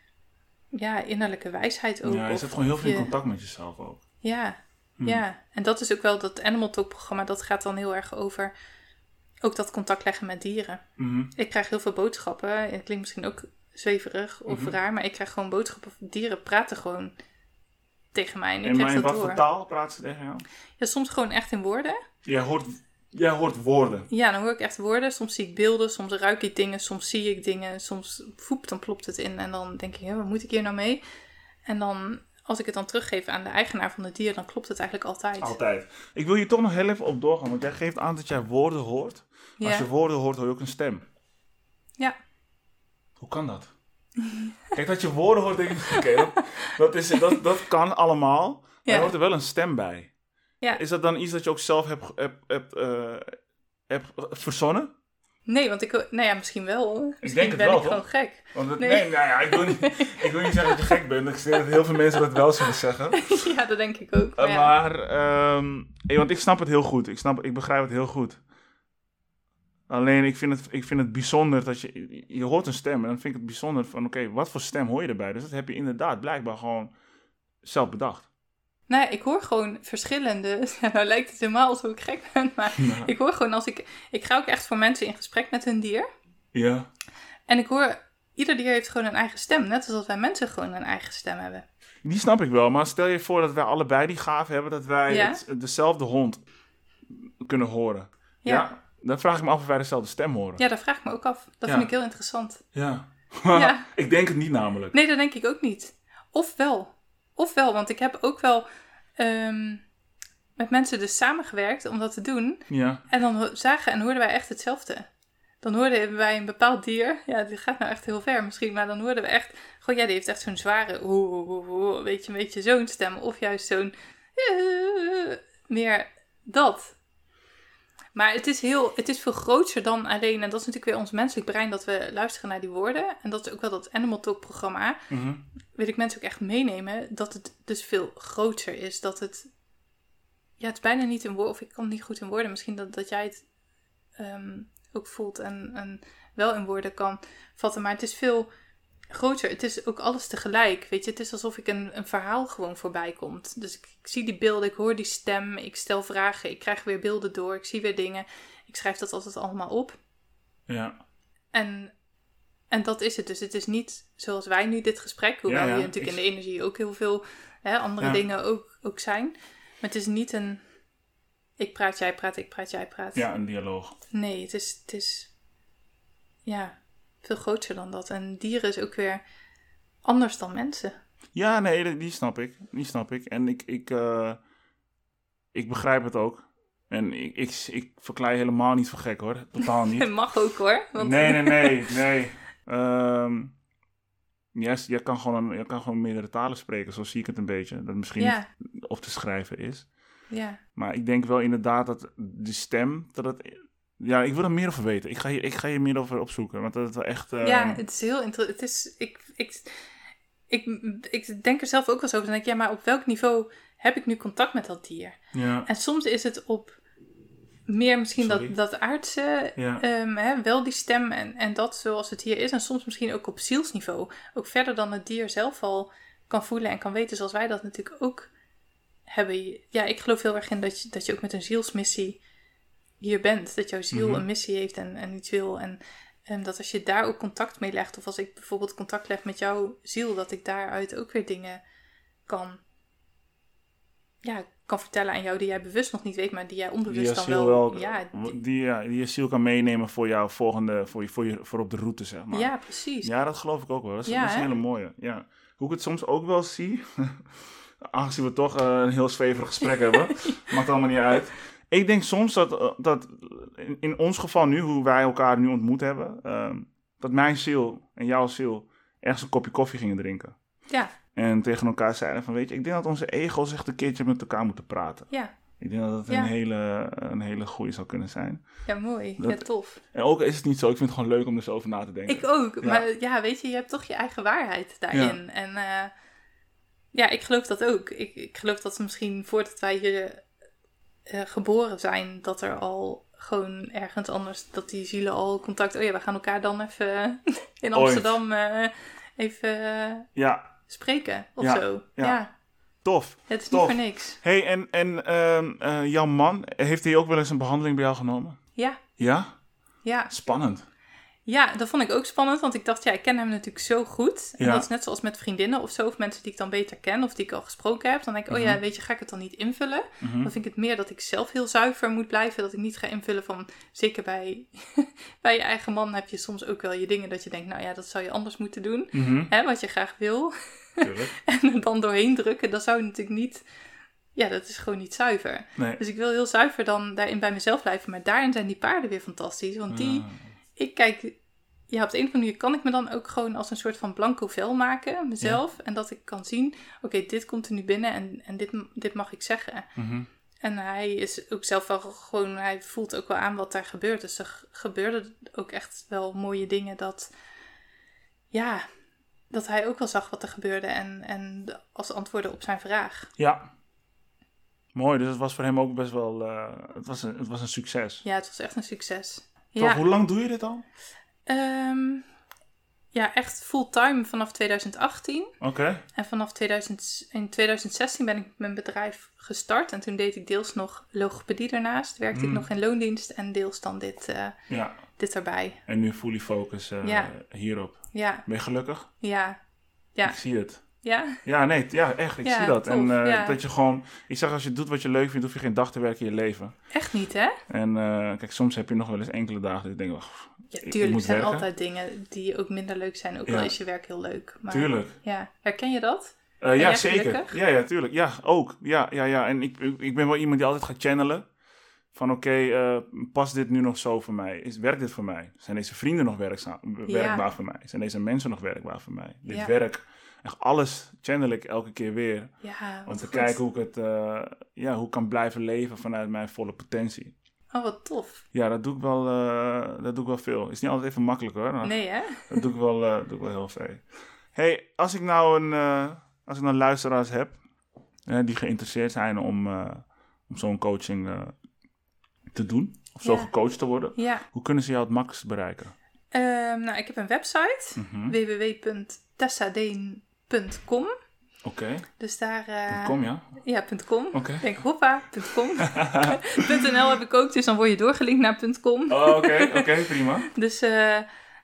ja, innerlijke wijsheid ook? Ja, je Of- zit gewoon heel of veel in je- contact met jezelf ook. Ja, Hmm. ja. En dat is ook wel dat Animal Talk programma. Dat gaat dan heel erg over ook dat contact leggen met dieren. Mm-hmm. Ik krijg heel veel boodschappen. Het klinkt misschien ook zweverig of Mhm. raar. Maar ik krijg gewoon boodschappen. Dieren praten gewoon tegen mij. En ik En krijg maar in dat wat voor door. taal praat ze tegen jou? Ja, soms gewoon echt in woorden. Jij hoort, jij hoort woorden. Ja, dan hoor ik echt woorden. Soms zie ik beelden, soms ruik ik dingen, soms zie ik dingen. Soms, voep, dan plopt het in. En dan denk ik, ja, wat moet ik hier nou mee? En dan, als ik het dan teruggeef aan de eigenaar van het dier, dan klopt het eigenlijk altijd. Altijd. Ik wil hier toch nog heel even op doorgaan, want jij geeft aan dat jij woorden hoort. Ja. Als je woorden hoort, hoor je ook een stem. Ja. Hoe kan dat? Kijk, dat je woorden hoort, denk ik, oké, dat, dat, is, dat, dat kan allemaal. Maar Ja. er hoort er wel een stem bij. Ja. Is dat dan iets dat je ook zelf hebt, hebt, hebt, uh, hebt verzonnen? Nee, want ik, nou ja, misschien wel hoor. Misschien denk het ben wel, ik toch? gewoon gek. Want het, Nee. nee. nou ja, ik wil, niet, ik wil niet zeggen dat je gek bent. Ik denk dat heel veel mensen dat wel zullen zeggen. Ja, dat denk ik ook. Uh, Maar ja. maar, um, hey, want ik snap het heel goed. Ik, snap, ik begrijp het heel goed. Alleen, ik vind, het, ik vind het bijzonder dat je... Je hoort een stem en dan vind ik het bijzonder van... Oké, okay, wat voor stem hoor je erbij? Dus dat heb je inderdaad blijkbaar gewoon zelf bedacht. Nou, ik hoor gewoon verschillende... Ja, nou lijkt het helemaal alsof ik gek ben, maar Ja. ik hoor gewoon als ik... Ik ga ook echt voor mensen in gesprek met hun dier. Ja. En ik hoor... Ieder dier heeft gewoon een eigen stem. Net zoals wij mensen gewoon een eigen stem hebben. Die snap ik wel, maar stel je voor dat wij allebei die gave hebben, dat wij Ja. het, dezelfde hond kunnen horen. Ja. Ja. Dan vraag ik me af of wij dezelfde stem horen. Ja, dat vraag ik me ook af. Dat Ja. vind ik heel interessant. Ja. Ja. Ik denk het niet namelijk. Nee, dat denk ik ook niet. Of wel. Of wel, want ik heb ook wel ehm, met mensen dus samengewerkt om dat te doen. Ja. En dan ho- zagen en hoorden wij echt hetzelfde. Dan hoorden wij een bepaald dier. Ja, dit gaat nou echt heel ver misschien. Maar dan hoorden we echt... Gewoon, ja, die heeft echt zo'n zware... Oeh, oeh, oeh, oeh, weet je, een beetje zo'n stem. Of juist zo'n... eh, meer dat. Maar het is, heel, het is veel groter dan alleen... En dat is natuurlijk weer ons menselijk brein... dat we luisteren naar die woorden. En dat is ook wel dat Animal Talk programma. Mhm. Wil ik mensen ook echt meenemen... dat het dus veel groter is. Dat het... Ja, het is bijna niet in woorden... Of ik kan het niet goed in woorden. Misschien dat, dat jij het... ehm, ook voelt en, en wel in woorden kan vatten. Maar het is veel groter. Het is ook alles tegelijk. Weet je, het is alsof ik een, een verhaal gewoon voorbij komt. Dus ik, ik zie die beelden, ik hoor die stem, ik stel vragen, ik krijg weer beelden door, ik zie weer dingen. Ik schrijf dat altijd allemaal op. Ja. En, en dat is het. Dus het is niet zoals wij nu dit gesprek, hoewel Ja, ja, hier natuurlijk ik- in de energie ook heel veel hè, andere Ja. dingen ook, ook zijn. Maar het is niet een ik praat, jij praat, ik praat, jij praat. Ja, een dialoog. Nee, het is, het is ja, veel groter dan dat. En dieren is ook weer anders dan mensen. Ja, nee, die- die snap ik. Die snap ik. En ik, ik, eh, ik begrijp het ook. En ik, ik, ik verklei helemaal niet voor gek, hoor. Totaal niet. Het mag ook hoor. Want... Nee, nee, nee, nee. Ehm yes, jij kan gewoon, jij kan gewoon meerdere talen spreken, zo zie ik het een beetje. Dat misschien Ja, niet op te schrijven is. ja. Maar ik denk wel inderdaad dat de stem, dat het... Ja, ik wil er meer over weten. Ik ga hier, ik ga hier meer over opzoeken, want dat het wel echt... eh, Ja, het is heel interessant. Het is, ik, ik, ik, ik denk er zelf ook wel eens over. Dan denk ik, ja, maar op welk niveau heb ik nu contact met dat dier? Ja, En soms is het op meer misschien Sorry. dat, dat aardse, ja, ehm, hè, wel die stem en, en dat zoals het hier is. En soms misschien ook op zielsniveau. Ook verder dan het dier zelf al kan voelen en kan weten, zoals wij dat natuurlijk ook hebben. Ja, ik geloof heel erg in dat je, dat je ook met een zielsmissie hier bent. Dat jouw ziel Mhm. een missie heeft en, en iets wil. En um, dat als je daar ook contact mee legt, of als ik bijvoorbeeld contact leg met jouw ziel, dat ik daaruit ook weer dingen kan, ja, kan vertellen aan jou die jij bewust nog niet weet, maar die jij die onbewust je dan ziel wel... wel, ja, die- die, ja, die je ziel kan meenemen voor jouw volgende, voor, je, voor, je, voor op de route, zeg maar. ja, precies. Ja, dat geloof ik ook wel. Dat is, Ja, dat is een hè? hele mooie. Ja. Hoe ik het soms ook wel zie, aangezien we toch eh, een heel zweverig gesprek hebben, maakt allemaal niet uit. Ik denk soms dat, eh, dat in, in ons geval nu, hoe wij elkaar nu ontmoet hebben, eh, dat mijn ziel en jouw ziel ergens een kopje koffie gingen drinken. Ja, En tegen elkaar zeiden van, weet je, ik denk dat onze ego's echt een keertje met elkaar moeten praten. ja, Ik denk dat het Ja. een hele, een hele goeie zou kunnen zijn. ja, mooi. Dat- Ja, tof. En ook is het niet zo, ik vind het gewoon leuk om er zo over na te denken. Ik ook. Ja. Maar ja, weet je, je hebt toch je eigen waarheid daarin. En eh, ja, ik geloof dat ook. Ik, ik geloof dat misschien voordat wij hier eh, geboren zijn, dat er al gewoon ergens anders, dat die zielen al contact... Oh ja, we gaan elkaar dan even in Ooit. Amsterdam eh, even eh, Ja, spreken of Ja, zo. ja. Ja. tof. Het is Tof. niet voor niks. Hey, en, en ehm, eh, jouw man, heeft hij ook wel eens een behandeling bij jou genomen? Ja, Ja? ja. Spannend. Ja, dat vond ik ook spannend, want ik dacht, ja, ik ken hem natuurlijk zo goed. En Ja. dat is net zoals met vriendinnen of zo, of mensen die ik dan beter ken, of die ik al gesproken heb. Dan denk ik, oh ja, Mhm. weet je, ga ik het dan niet invullen? Mhm. Dan vind ik het meer dat ik zelf heel zuiver moet blijven, dat ik niet ga invullen van, zeker bij, bij je eigen man heb je soms ook wel je dingen dat je denkt, nou ja, dat zou je anders moeten doen. Mhm. Hè, wat je graag wil. Tuurlijk. En er dan doorheen drukken, dat zou natuurlijk niet, ja, dat is gewoon niet zuiver. Nee. Dus ik wil heel zuiver dan daarin bij mezelf blijven, maar daarin zijn die paarden weer fantastisch, want die... Ah. Ik kijk, ja, op de een of andere manier kan ik me dan ook gewoon als een soort van blanco vel maken, mezelf. En dat ik kan zien, oké, dit komt er nu binnen en, en dit, dit mag ik zeggen. Mhm. En hij is ook zelf wel gewoon, hij voelt ook wel aan wat daar gebeurt. Dus er gebeurden ook echt wel mooie dingen dat, ja, dat hij ook wel zag wat er gebeurde. En, en de- als antwoorden op zijn vraag. Ja. Mooi, dus het was voor hem ook best wel, eh, het, was een, het was een succes. Ja, het was echt een succes. Toch, Ja. hoe lang doe je dit al? Ehm, ja, echt fulltime vanaf twintig achttien. Oké. Okay. En vanaf tweeduizend, in twintig zestien ben ik mijn bedrijf gestart. En toen deed ik deels nog logopedie daarnaast. Werkte mm. ik nog in loondienst en deels dan dit, uh, ja. dit erbij. En nu fully focus uh, ja. hierop. Ja. Ben je gelukkig? Ja. ja. Ik zie het. Ja? Ja, nee, ja, echt. Ik ja, zie dat. tof, en uh, ja. dat je gewoon... Ik zeg, als je doet wat je leuk vindt, hoef je geen dag te werken in je leven. Echt niet, hè? En uh, kijk, soms heb je nog wel eens enkele dagen dat je denkt... Oh, ja, tuurlijk, er zijn werken. altijd dingen die ook minder leuk zijn. Ook ja. al is je werk heel leuk. Maar, tuurlijk. Ja. Herken je dat? Uh, ja, zeker. Ja, ja, tuurlijk. Ja, ook. Ja, ja, ja. En ik, ik ben wel iemand die altijd gaat channelen. Van oké, okay, uh, past dit nu nog zo voor mij? Is, werkt dit voor mij? Zijn deze vrienden nog werkzaam, ja. werkbaar voor mij? Zijn deze mensen nog werkbaar voor mij? Dit ja. werk... Echt alles channel ik elke keer weer. Ja, om te goed. kijken hoe ik het uh, ja, hoe ik kan blijven leven vanuit mijn volle potentie. Oh, wat tof. Ja, dat doe ik wel, uh, dat doe ik wel veel. Is niet altijd even makkelijk hoor. Maar nee hè? Dat doe ik wel, uh, doe ik wel heel veel. Hey, als ik nou een uh, als ik nou luisteraars heb uh, die geïnteresseerd zijn om, uh, om zo'n coaching uh, te doen. Of zo ja. gecoacht te worden. Ja. Hoe kunnen ze jou het makkelijkst bereiken? Um, nou, ik heb een website. Mm-hmm. w w w punt tessadeen punt com. Oké. Okay. Dus daar... Uh, .com, ja? Ja, .com. Oké. Okay. Ik denk, hoppa, .com. .nl heb ik ook, dus dan word je doorgelinkt naar .com. Oh, oké, okay. oké, okay, prima. Dus uh,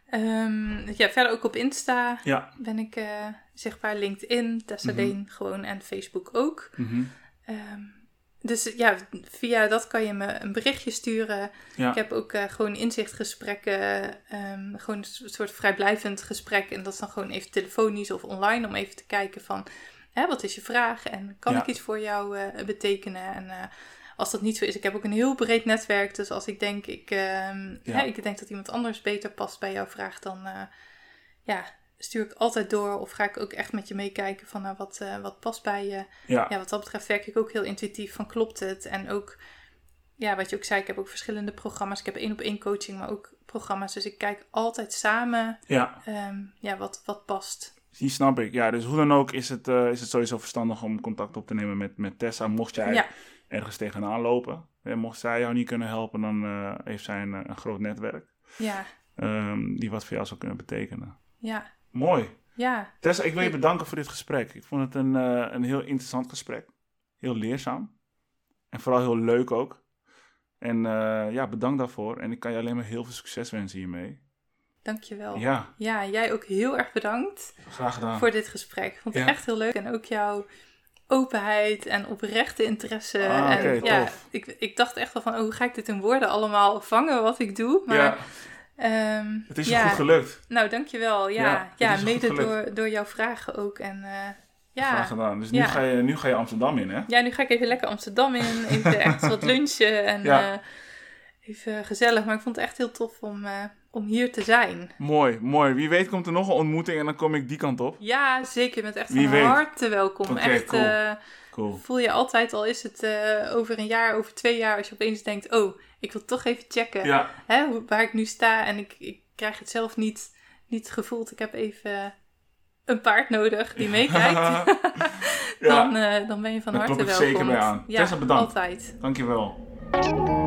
um, ja, verder ook op Insta ja. ben ik uh, zichtbaar. LinkedIn, Tessadeen mm-hmm. gewoon en Facebook ook. Mm-hmm. Um, Dus ja, via dat kan je me een berichtje sturen. Ja. Ik heb ook uh, gewoon inzichtgesprekken. Um, gewoon een soort vrijblijvend gesprek. En dat is dan gewoon even telefonisch of online. Om even te kijken van, hè, wat is je vraag? En kan ja. ik iets voor jou uh, betekenen? En uh, als dat niet zo is, ik heb ook een heel breed netwerk. Dus als ik denk, ik, uh, ja. hè, ik denk dat iemand anders beter past bij jouw vraag, dan uh, ja... stuur ik altijd door of ga ik ook echt met je meekijken van nou, wat, uh, wat past bij je. Ja. ja, wat dat betreft werk ik ook heel intuïtief van klopt het. En ook, ja, wat je ook zei, ik heb ook verschillende programma's. Ik heb één op één coaching, maar ook programma's. Dus ik kijk altijd samen ja. Um, ja, wat, wat past. Die snap ik. Ja, dus hoe dan ook is het, uh, is het sowieso verstandig om contact op te nemen met, met Tessa. Mocht jij ja. ergens tegenaan lopen. Hè, mocht zij jou niet kunnen helpen, dan uh, heeft zij een, een groot netwerk. Ja. Um, die wat voor jou zou kunnen betekenen. Ja. Mooi. Ja. Tessa, ik wil je bedanken voor dit gesprek. Ik vond het een, uh, een heel interessant gesprek. Heel leerzaam. En vooral heel leuk ook. En uh, ja, bedankt daarvoor. En ik kan je alleen maar heel veel succes wensen hiermee. Dankjewel. Ja. Ja, jij ook heel erg bedankt. Graag gedaan. Voor dit gesprek. Ik vond het ja. echt heel leuk. En ook jouw openheid en oprechte interesse. Ah, en okay, ja, tof. ik, ik dacht echt wel van, oh, hoe ga ik dit in woorden allemaal vangen wat ik doe? Maar... Ja. Um, het is ja, je goed gelukt. Nou, dankjewel. Ja, ja, ja mede door, door jouw vragen ook. En, uh, ja. Graag gedaan. Dus nu, ja. ga je, nu ga je Amsterdam in, hè? Ja, nu ga ik even lekker Amsterdam in. Even echt wat lunchen. En ja. uh, even gezellig. Maar ik vond het echt heel tof om, uh, om hier te zijn. Mooi, mooi. Wie weet komt er nog een ontmoeting en dan kom ik die kant op. Ja, zeker. Met echt Wie van weet. harte welkom. Okay, echt, cool. Uh, cool. Voel je altijd, al is het uh, over een jaar, over twee jaar, als je opeens denkt, oh, ik wil toch even checken ja. hè, hoe, waar ik nu sta. En ik, ik krijg het zelf niet, niet gevoeld. Ik heb even een paard nodig die meekijkt. ja. dan, uh, dan ben je van Daar harte welkom. Daar klop ik zeker bij aan. Ja, Tessa, bedankt. Altijd. Dankjewel.